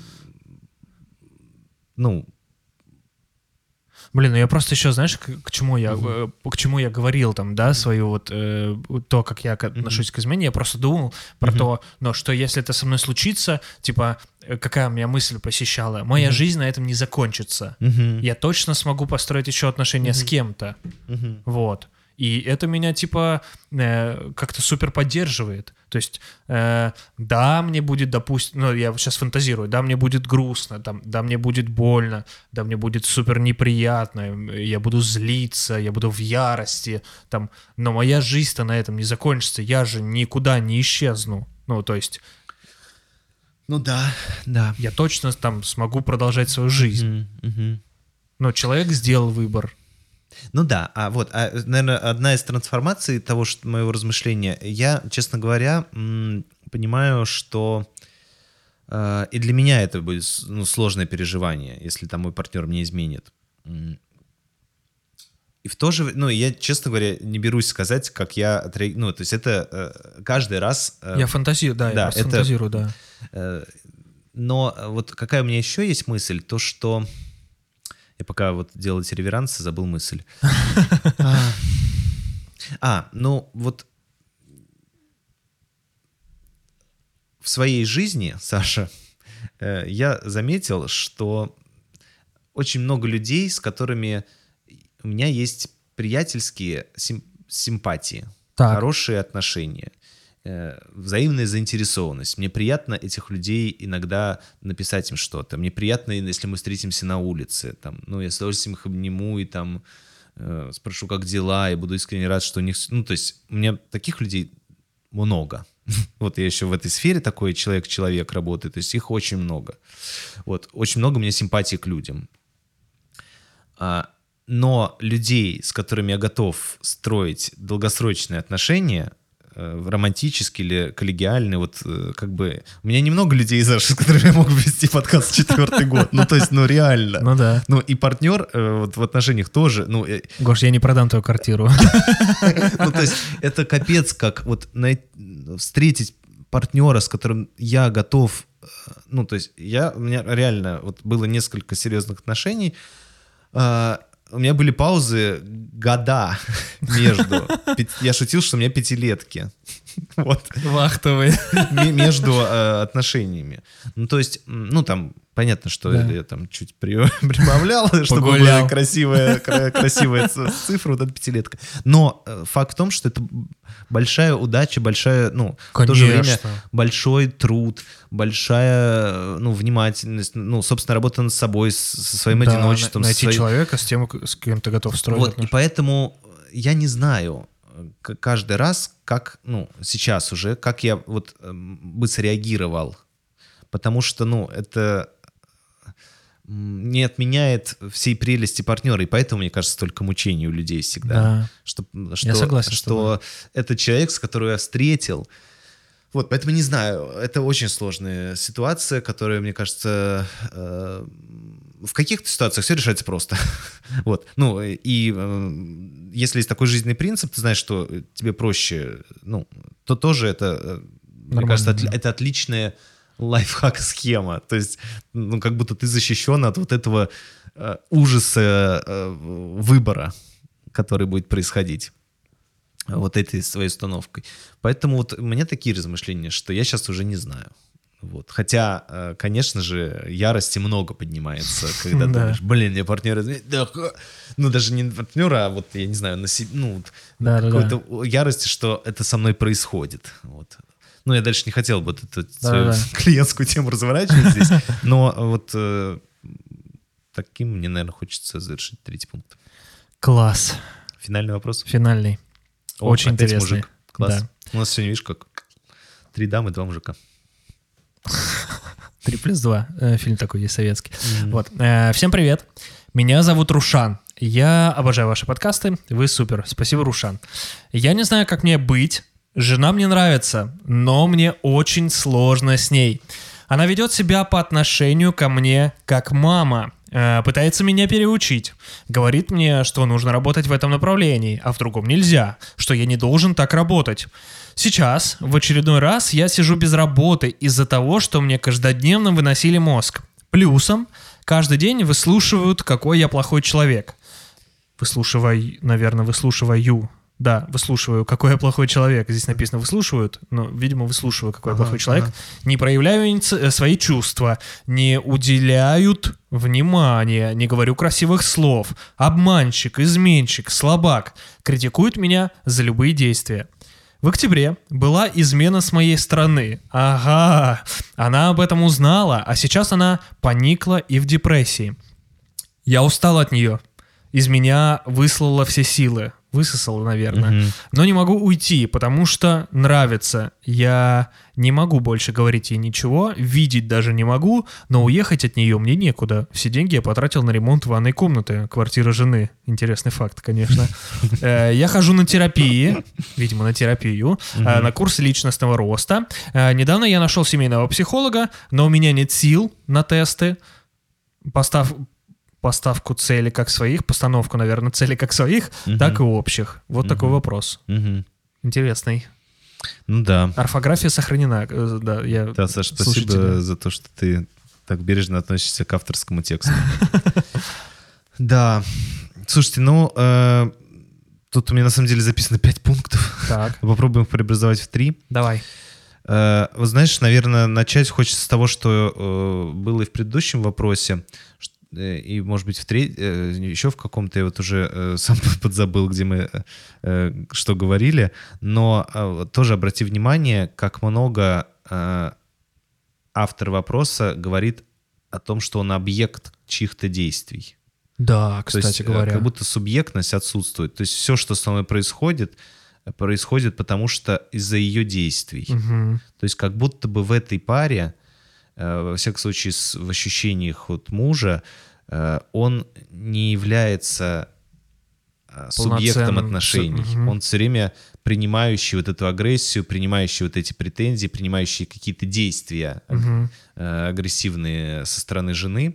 Блин, я просто еще, знаешь, к чему я говорил там, да, свою вот то, как я отношусь к измене, я просто думал про то, что если это со мной случится, типа, какая у меня мысль посещала, моя жизнь на этом не закончится. Я точно смогу построить еще отношения с кем-то. Вот. И это меня, типа, как-то супер поддерживает. То есть, да, мне будет, допустим, я сейчас фантазирую, да, мне будет грустно, там, да, мне будет больно, да, мне будет супер неприятно, я буду злиться, я буду в ярости, там, но моя жизнь-то на этом не закончится, я же никуда не исчезну. То есть... да. Я точно там смогу продолжать свою жизнь. Но человек сделал выбор. Наверное, одна из трансформаций того, что моего размышления, я, честно говоря, понимаю, что и для меня это будет сложное переживание, если там мой партнер мне изменит. И в то же я, честно говоря, не берусь сказать, как я отреагирую. То есть это каждый раз... Я фантазирую, да, фантазирую, да. Но вот какая у меня еще есть мысль, то, что... Я пока вот делал эти реверансы, забыл мысль. Вот в своей жизни, Саша, я заметил, что очень много людей, с которыми у меня есть приятельские симпатии, хорошие отношения, взаимная заинтересованность. Мне приятно этих людей иногда написать им что-то. Мне приятно, если мы встретимся на улице. Там, я с удовольствием их обниму и там спрошу, как дела, и буду искренне рад, что у них... то есть у меня таких людей много. Вот я еще в этой сфере такой человек-человек работает, то есть их очень много. Вот, очень много у меня симпатии к людям. Но людей, с которыми я готов строить долгосрочные отношения, романтический или коллегиальный, вот как бы... У меня немного людей, Саша, с которыми я могу вести подкаст 4-й год. То есть, реально. Да. И партнер вот в отношениях тоже... Гош, я не продам твою квартиру. То есть, это капец, как вот встретить партнера, с которым я готов ну, то есть у меня реально вот было несколько серьезных отношений, у меня были паузы года между. Я шутил, что у меня пятилетки. Вот. Вахтовые. Между отношениями. Ну, то есть, ну, там, понятно, что я там чуть прибавлял, чтобы была красивая цифра, вот эта пятилетка. Но факт в том, что это большая удача, большая, ну, в то же время большой труд, большая, ну, внимательность, ну, собственно, работа над собой, со своим одиночеством. Найти человека, с тем, с кем ты готов строить. Вот, и поэтому я не знаю каждый раз, как, ну, сейчас уже, как я вот бы среагировал. Потому что, ну, это не отменяет всей прелести партнера, и поэтому, мне кажется, столько мучений у людей всегда. Да. Я согласен, что это человек, с которым я встретил. Вот, поэтому не знаю, это очень сложная ситуация, которая, мне кажется, в каких-то ситуациях все решается просто. Вот, ну, и если есть такой жизненный принцип, ты знаешь, что тебе проще, ну, то тоже это, мне кажется, это отличная лайфхак-схема. То есть, ну, как будто ты защищен от вот этого ужаса выбора, который будет происходить вот этой своей установкой. Поэтому вот у меня такие размышления, что я сейчас уже не знаю. Вот. Хотя, конечно же, ярости много поднимается, когда думаешь, блин, мне партнер... Ну, даже не партнера, а вот, я не знаю, какой-то ярости, что это со мной происходит. Вот. Ну, я дальше не хотел бы эту свою клиентскую тему разворачивать здесь, но вот таким мне, наверное, хочется завершить третий пункт. Класс. Финальный вопрос? Финальный. Очень интересный. Мужик. Класс. Да. У нас сегодня, видишь, как 3 дамы, 2 мужика. 3+2. Фильм такой есть советский. Вот. Всем привет. Меня зовут Рушан. Я обожаю ваши подкасты. Вы супер. Спасибо, Рушан. Я не знаю, как мне быть. Жена мне нравится, но мне очень сложно с ней. Она ведет себя по отношению ко мне как мама. Пытается меня переучить. Говорит мне, что нужно работать в этом направлении, а в другом нельзя, что я не должен так работать. Сейчас, в очередной раз, я сижу без работы из-за того, что мне каждодневно выносили мозг. Плюсом, каждый день выслушивают, какой я плохой человек. Выслушиваю, какой я плохой человек. Здесь написано «выслушивают», но, видимо, выслушиваю, какой я плохой человек. Не проявляю свои чувства, не уделяют внимания, не говорю красивых слов. Обманщик, изменщик, слабак. Критикуют меня за любые действия. В октябре была измена с моей стороны. Ага, она об этом узнала, а сейчас она поникла и в депрессии. Я устал от нее. Из меня выслала все силы. Высосала, наверное. Но не могу уйти, потому что нравится. Я не могу больше говорить ей ничего, видеть даже не могу, но уехать от нее мне некуда. Все деньги я потратил на ремонт ванной комнаты, квартиры жены. Интересный факт, конечно. Я хожу на терапию, видимо, на терапию, на курсы личностного роста. Недавно я нашел семейного психолога, но у меня нет сил на тесты. Постановку цели как своих, цели как своих, так и общих. Вот такой вопрос. Интересный. Ну да. Орфография сохранена. Да, Саша, спасибо за то, что ты так бережно относишься к авторскому тексту. Да. Слушайте, тут у меня на самом деле записано 5 пунктов. Так. Попробуем их преобразовать в 3. Давай. Вот знаешь, наверное, начать хочется с того, что было и в предыдущем вопросе, и, может быть, еще в каком-то, я вот уже сам подзабыл, где мы что говорили, но тоже обрати внимание, как много автор вопроса говорит о том, что он объект чьих-то действий. Да, кстати говоря. Как будто субъектность отсутствует. То есть все, что со мной происходит потому что из-за ее действий. То есть как будто бы в этой паре, во всяком случае в ощущениях вот мужа, он не является субъектом отношений. Он все время принимающий вот эту агрессию, принимающий вот эти претензии, принимающий какие-то действия агрессивные со стороны жены.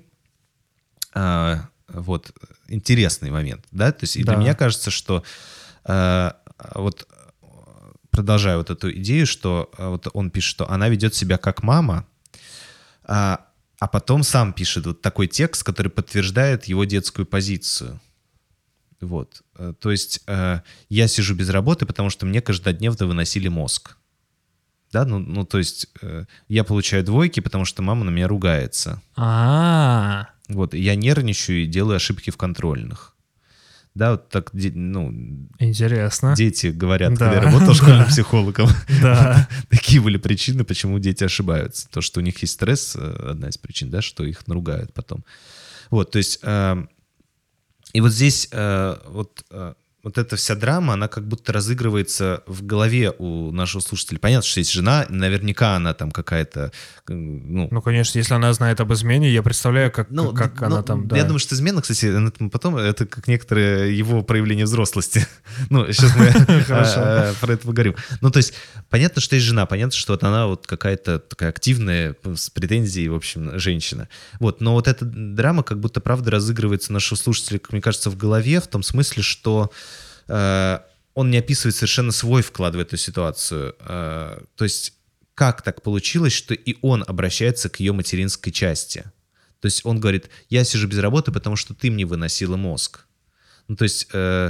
Вот интересный момент, да? То есть и для меня кажется, что вот продолжая вот эту идею, что вот он пишет, что она ведет себя как мама, А потом сам пишет вот такой текст, который подтверждает его детскую позицию. Вот. То есть я сижу без работы, потому что мне каждодневно выносили мозг. Да, ну то есть я получаю двойки, потому что мама на меня ругается. Вот, и я нервничаю и делаю ошибки в контрольных. Да, вот так, Интересно. Дети говорят, когда я работал школьным психологом. Да. Такие были причины, почему дети ошибаются. То, что у них есть стресс, одна из причин, да, что их наругают потом. Вот, то есть, и вот здесь вот эта вся драма, она как будто разыгрывается в голове у нашего слушателя. Понятно, что есть жена, наверняка она там какая-то... Ну, конечно, если она знает об измене, я представляю, как она там... Я думаю, что измена, кстати, потом это как некоторое его проявление взрослости. Ну, сейчас мы про это поговорим. Ну, то есть, понятно, что есть жена, понятно, что вот она вот какая-то такая активная, с претензией, в общем, женщина. Вот, но вот эта драма как будто, правда, разыгрывается у нашего слушателя, как мне кажется, в голове, в том смысле, что он не описывает совершенно свой вклад в эту ситуацию. То есть как так получилось, что и он обращается к ее материнской части? То есть он говорит, я сижу без работы, потому что ты мне выносила мозг. Ну, то есть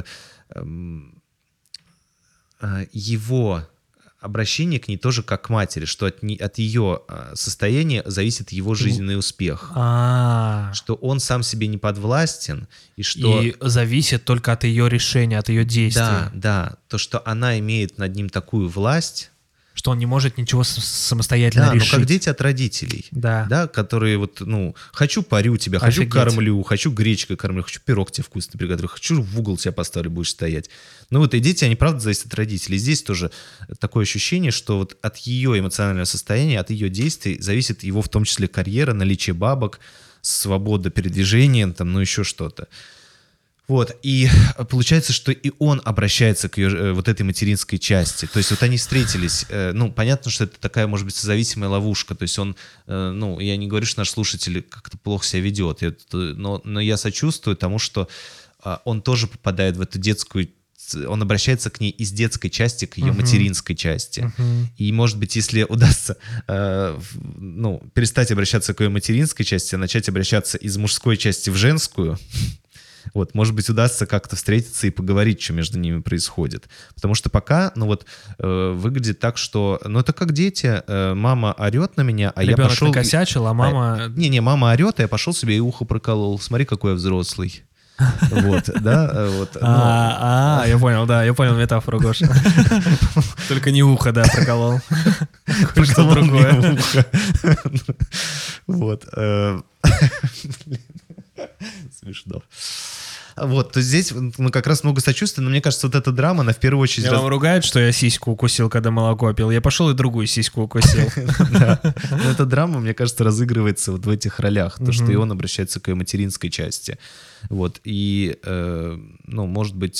его обращение к ней тоже как к матери, что от ее состояния зависит его жизненный успех. Что он сам себе не подвластен. И зависит только от ее решения, от ее действий. Да. То, что она имеет над ним такую власть... Что он не может ничего самостоятельно решить. Да, ну как дети от родителей. Да. Которые вот, хочу парю тебя, хочу кормлю, хочу гречкой кормлю, хочу пирог тебе вкусно приготовлю, хочу в угол тебя поставлю, будешь стоять. Ну вот и дети, они правда зависят от родителей. Здесь тоже такое ощущение, что вот от ее эмоционального состояния, от ее действий зависит его в том числе карьера, наличие бабок, свобода передвижения, там, еще что-то. Вот, и получается, что и он обращается к ее вот этой материнской части. То есть вот они встретились, понятно, что это такая, может быть, созависимая ловушка. То есть он, я не говорю, что наш слушатель как-то плохо себя ведет, но я сочувствую тому, что он тоже попадает в эту детскую, он обращается к ней из детской части к ее материнской части. И, может быть, если удастся перестать обращаться к ее материнской части, а начать обращаться из мужской части в женскую... Вот, может быть, удастся как-то встретиться и поговорить, что между ними происходит. Потому что пока, выглядит так, что... это как дети. Мама орет на меня, а ребенок я пошел... Ребенок накосячил, а мама... мама орет, а я пошел себе и ухо проколол. Смотри, какой я взрослый. Вот, да? Я понял метафору, Гоша. Только не ухо, да, проколол. Что другое. Вот. Смешно. Вот, то здесь как раз много сочувствия, но мне кажется, вот эта драма, она в первую очередь... Вам ругают, что я сиську укусил, когда молоко пил? Я пошел и другую сиську укусил. Да. Но эта драма, мне кажется, разыгрывается вот в этих ролях. То, что и он обращается к ее материнской части. Вот, и, может быть...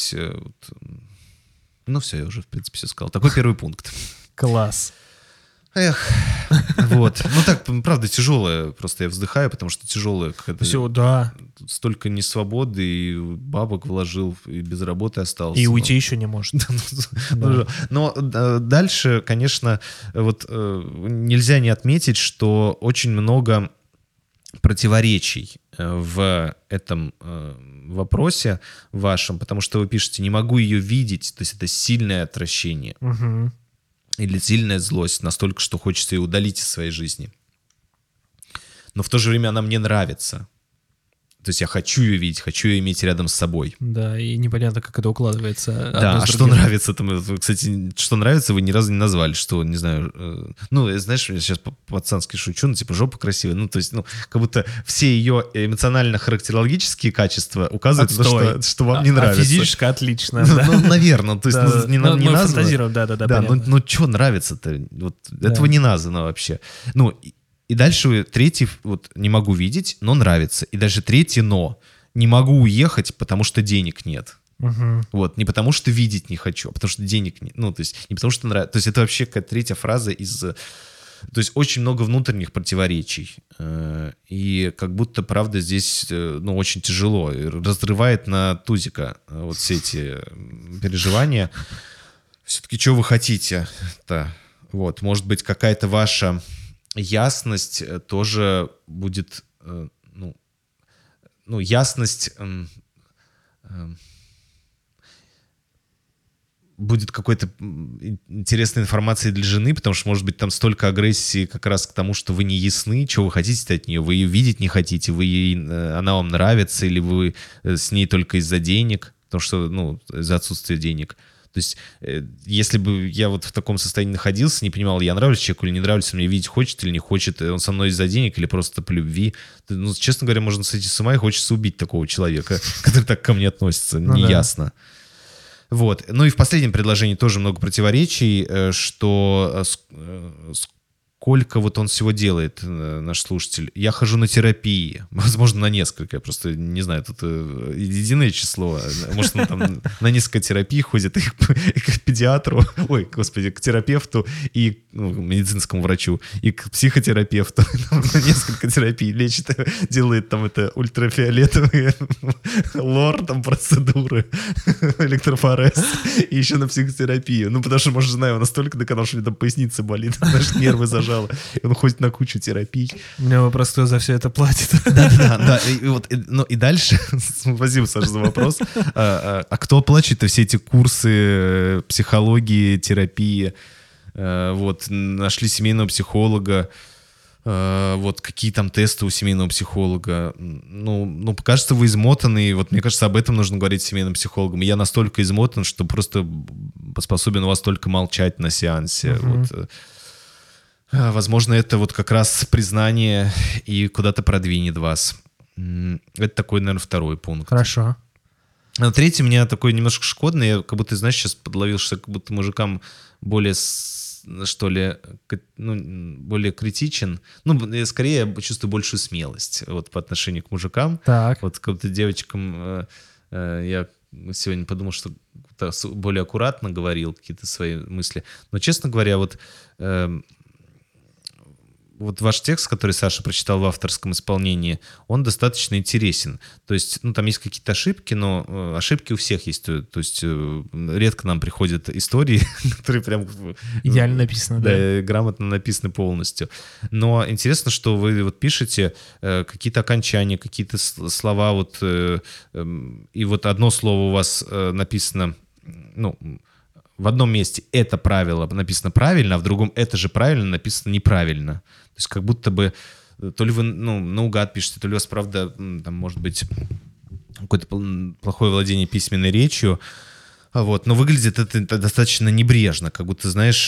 все, я уже, в принципе, все сказал. Такой первый пункт. Класс. Эх, вот. Так, правда, тяжелое. Просто я вздыхаю, потому что тяжелое. Все, да. Столько несвободы, и бабок вложил, и без работы остался. И уйти еще не может. Но дальше, конечно, вот нельзя не отметить, что очень много противоречий в этом вопросе вашем, потому что вы пишете «не могу ее видеть», то есть это сильное отвращение. Или сильная злость, настолько, что хочется ее удалить из своей жизни. Но в то же время она мне нравится. То есть я хочу ее видеть, хочу ее иметь рядом с собой. Да, и непонятно, как это укладывается. Да, а что нравится там? Кстати, что нравится, вы ни разу не назвали, что, не знаю... знаешь, я сейчас по-пацански шучу, жопа красивая. То есть, как будто все ее эмоционально-характерологические качества указывают на то, что вам не нравится. Физически отлично. Наверное. То есть, не названо. Фантазируем, да. Что нравится-то? Этого не названо вообще. И дальше третий, не могу видеть, но нравится. И даже третий, но не могу уехать, потому что денег нет. Не потому что видеть не хочу, а потому что денег нет. То есть не потому что нравится. То есть это вообще какая-то третья фраза из... То есть очень много внутренних противоречий. И как будто, правда, здесь очень тяжело. Разрывает на тузика все эти переживания. Все-таки что вы хотите-то? Может быть, какая-то ваша... ясность тоже будет, ясность будет какой-то интересной информацией для жены, потому что, может быть, там столько агрессии как раз к тому, что вы не ясны, чего вы хотите от нее, вы ее видеть не хотите, она вам нравится, или вы с ней только из-за денег, потому что, из-за отсутствия денег. То есть, если бы я вот в таком состоянии находился, не понимал, я нравлюсь человеку или не нравлюсь, он меня видеть хочет или не хочет, он со мной из-за денег или просто по любви. Честно говоря, можно сойти с ума и хочется убить такого человека, который так ко мне относится, неясно. Вот. Ну и в последнем предложении тоже много противоречий, что сколько вот он всего делает, наш слушатель. Я хожу на терапии, возможно, на несколько, я просто не знаю, тут единое число. Может, он там на несколько терапий ходит и к педиатру, к терапевту и к медицинскому врачу, и к психотерапевту. На несколько терапий лечит, делает там это ультрафиолетовые лор, там процедуры, электрофорез, и еще на психотерапию. Потому что, может, жена его настолько доконала, что у него там поясница болит, знаешь, нервы зажала. И он ходит на кучу терапий. У меня вопрос, кто за все это платит? Да. И дальше, спасибо, Саша, за вопрос. А кто оплачивает все эти курсы психологии, терапии? Вот, нашли семейного психолога. Вот, какие там тесты у семейного психолога. Кажется, вы измотаны. Вот, мне кажется, об этом нужно говорить с семейным психологом. Я настолько измотан, что просто способен у вас только молчать на сеансе. Вот. Возможно, это вот как раз признание и куда-то продвинет вас. Это такой, наверное, второй пункт. Хорошо. А третий у меня такой немножко шкодный. Я как будто, знаешь, сейчас подловил, что как будто мужикам более, что ли, более критичен. Скорее, я чувствую большую смелость вот по отношению к мужикам. Так. Вот как будто девочкам я сегодня подумал, что более аккуратно говорил какие-то свои мысли. Но, честно говоря, вот ваш текст, который Саша прочитал в авторском исполнении, он достаточно интересен. То есть, там есть какие-то ошибки, но ошибки у всех есть. То есть, редко нам приходят истории, которые прям... Идеально написаны, да. Грамотно написаны полностью. Но интересно, что вы вот пишете какие-то окончания, какие-то слова, вот, и вот одно слово у вас написано, в одном месте это правило написано правильно, а в другом это же правильно написано неправильно. То есть как будто бы то ли вы наугад пишете, то ли у вас, правда, там, может быть, какое-то плохое владение письменной речью. Вот. Но выглядит это достаточно небрежно, как будто, знаешь,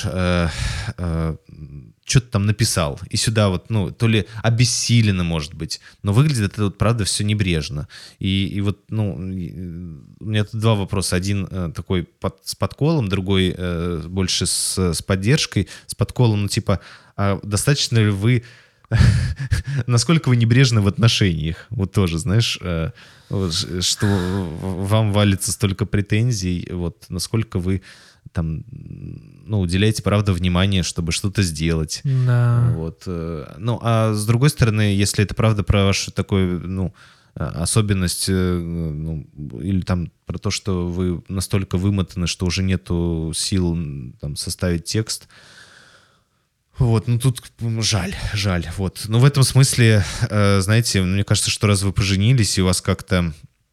что-то там написал. И сюда вот, то ли обессиленно, может быть. Но выглядит это, правда, все небрежно. И вот, у меня тут два вопроса. Один такой с подколом, другой больше с поддержкой. С подколом, а достаточно ли вы... Насколько вы небрежны в отношениях? Вот тоже, знаешь, что вам валится столько претензий, вот насколько вы там, уделяете, правда, внимание, чтобы что-то сделать. Да. Вот. А с другой стороны, если это правда про вашу такую, особенность, или там про то, что вы настолько вымотаны, что уже нету сил там составить текст, вот, тут жаль, вот. В этом смысле, знаете, мне кажется, что раз вы поженились, и у вас как-то,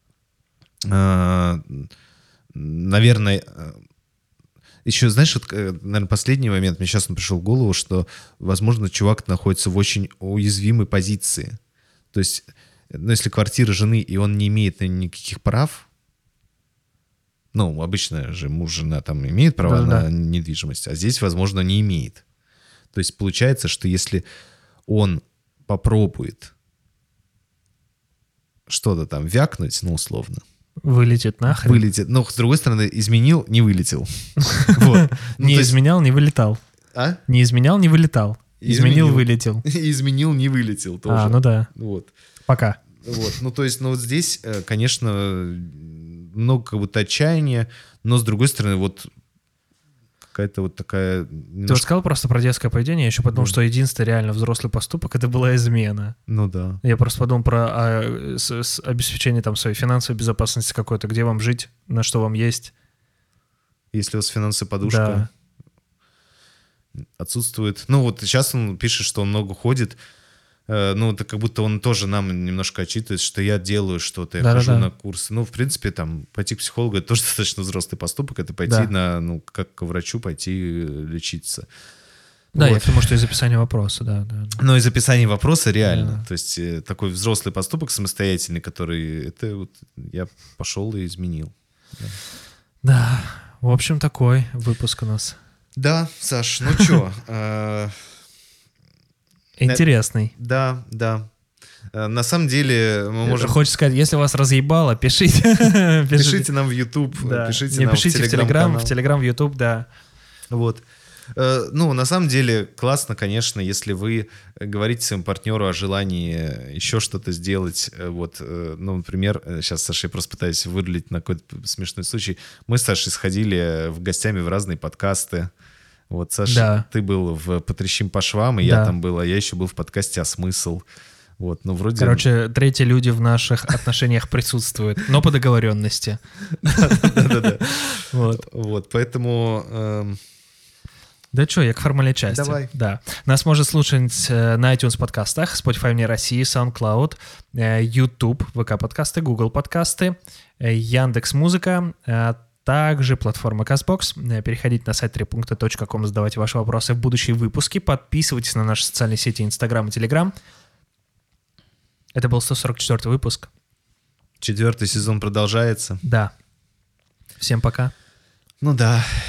наверное, еще, знаешь, наверное, последний момент, мне сейчас он пришел в голову, что, возможно, чувак находится в очень уязвимой позиции. То есть, если квартира жены, и он не имеет никаких прав, обычно же муж, жена там имеет права на недвижимость, а здесь, возможно, не имеет. То есть получается, что если он попробует что-то там вякнуть, условно. Вылетит нахрен. Вылетит. Но, с другой стороны, изменил, не вылетел. Не изменял, не вылетал. А? Не изменял, не вылетал. Изменил, вылетел. Изменил, не вылетел тоже. Да. Вот. Пока. Вот. То есть, вот здесь, конечно, много как будто отчаяния, но, с другой стороны, вот какая-то вот такая... Ты вот сказал просто про детское поведение, я еще подумал, что единственный реально взрослый поступок — это была измена. Да. Я просто подумал про обеспечение там своей финансовой безопасности какой-то, где вам жить, на что вам есть. Если у вас финансовая подушка... отсутствует. Ну, вот сейчас он пишет, что он много ходит. Ну, это как будто он тоже нам немножко отчитывает, что я делаю что-то, я хожу на курсы. Ну, в принципе, там, пойти к психологу — это тоже достаточно взрослый поступок. Это пойти как к врачу, пойти лечиться. Да, я думаю, что из описания вопроса, да. Но из описания вопроса реально. То есть такой взрослый поступок самостоятельный, который... Это вот я пошел и изменил. Да, в общем, такой выпуск у нас. Да, Саш, ну что... Интересный. Да. На самом деле мы можем... Хочешь сказать, если вас разъебало, пишите. Пишите нам в YouTube, пишите нам в Telegram. В Telegram, в YouTube, да. Вот. Ну, на самом деле, классно, конечно, если вы говорите своему партнеру о желании еще что-то сделать. Вот, ну, например, сейчас, Саша, я просто пытаюсь вырулить на какой-то смешной случай. Мы с Сашей сходили гостями в разные подкасты. Вот, Саша, ты был в «Потрещим по швам», и я там был, а я еще был в подкасте «А смысл?». Вот, ну, вроде... Короче, третьи люди в наших отношениях присутствуют, но по договоренности. Да. Вот, поэтому... Да что, я к формальной части. Давай. Да. Нас можно слушать на iTunes подкастах, Spotify вне России, SoundCloud, YouTube, ВК подкасты, Google подкасты, Яндекс.Музыка, также платформа CastBox. Переходите на сайт tripunkta.com, задавайте ваши вопросы в будущие выпуски, подписывайтесь на наши социальные сети Instagram и Telegram. Это был 144 выпуск. 4-й сезон продолжается. Да. Всем пока. Ну да,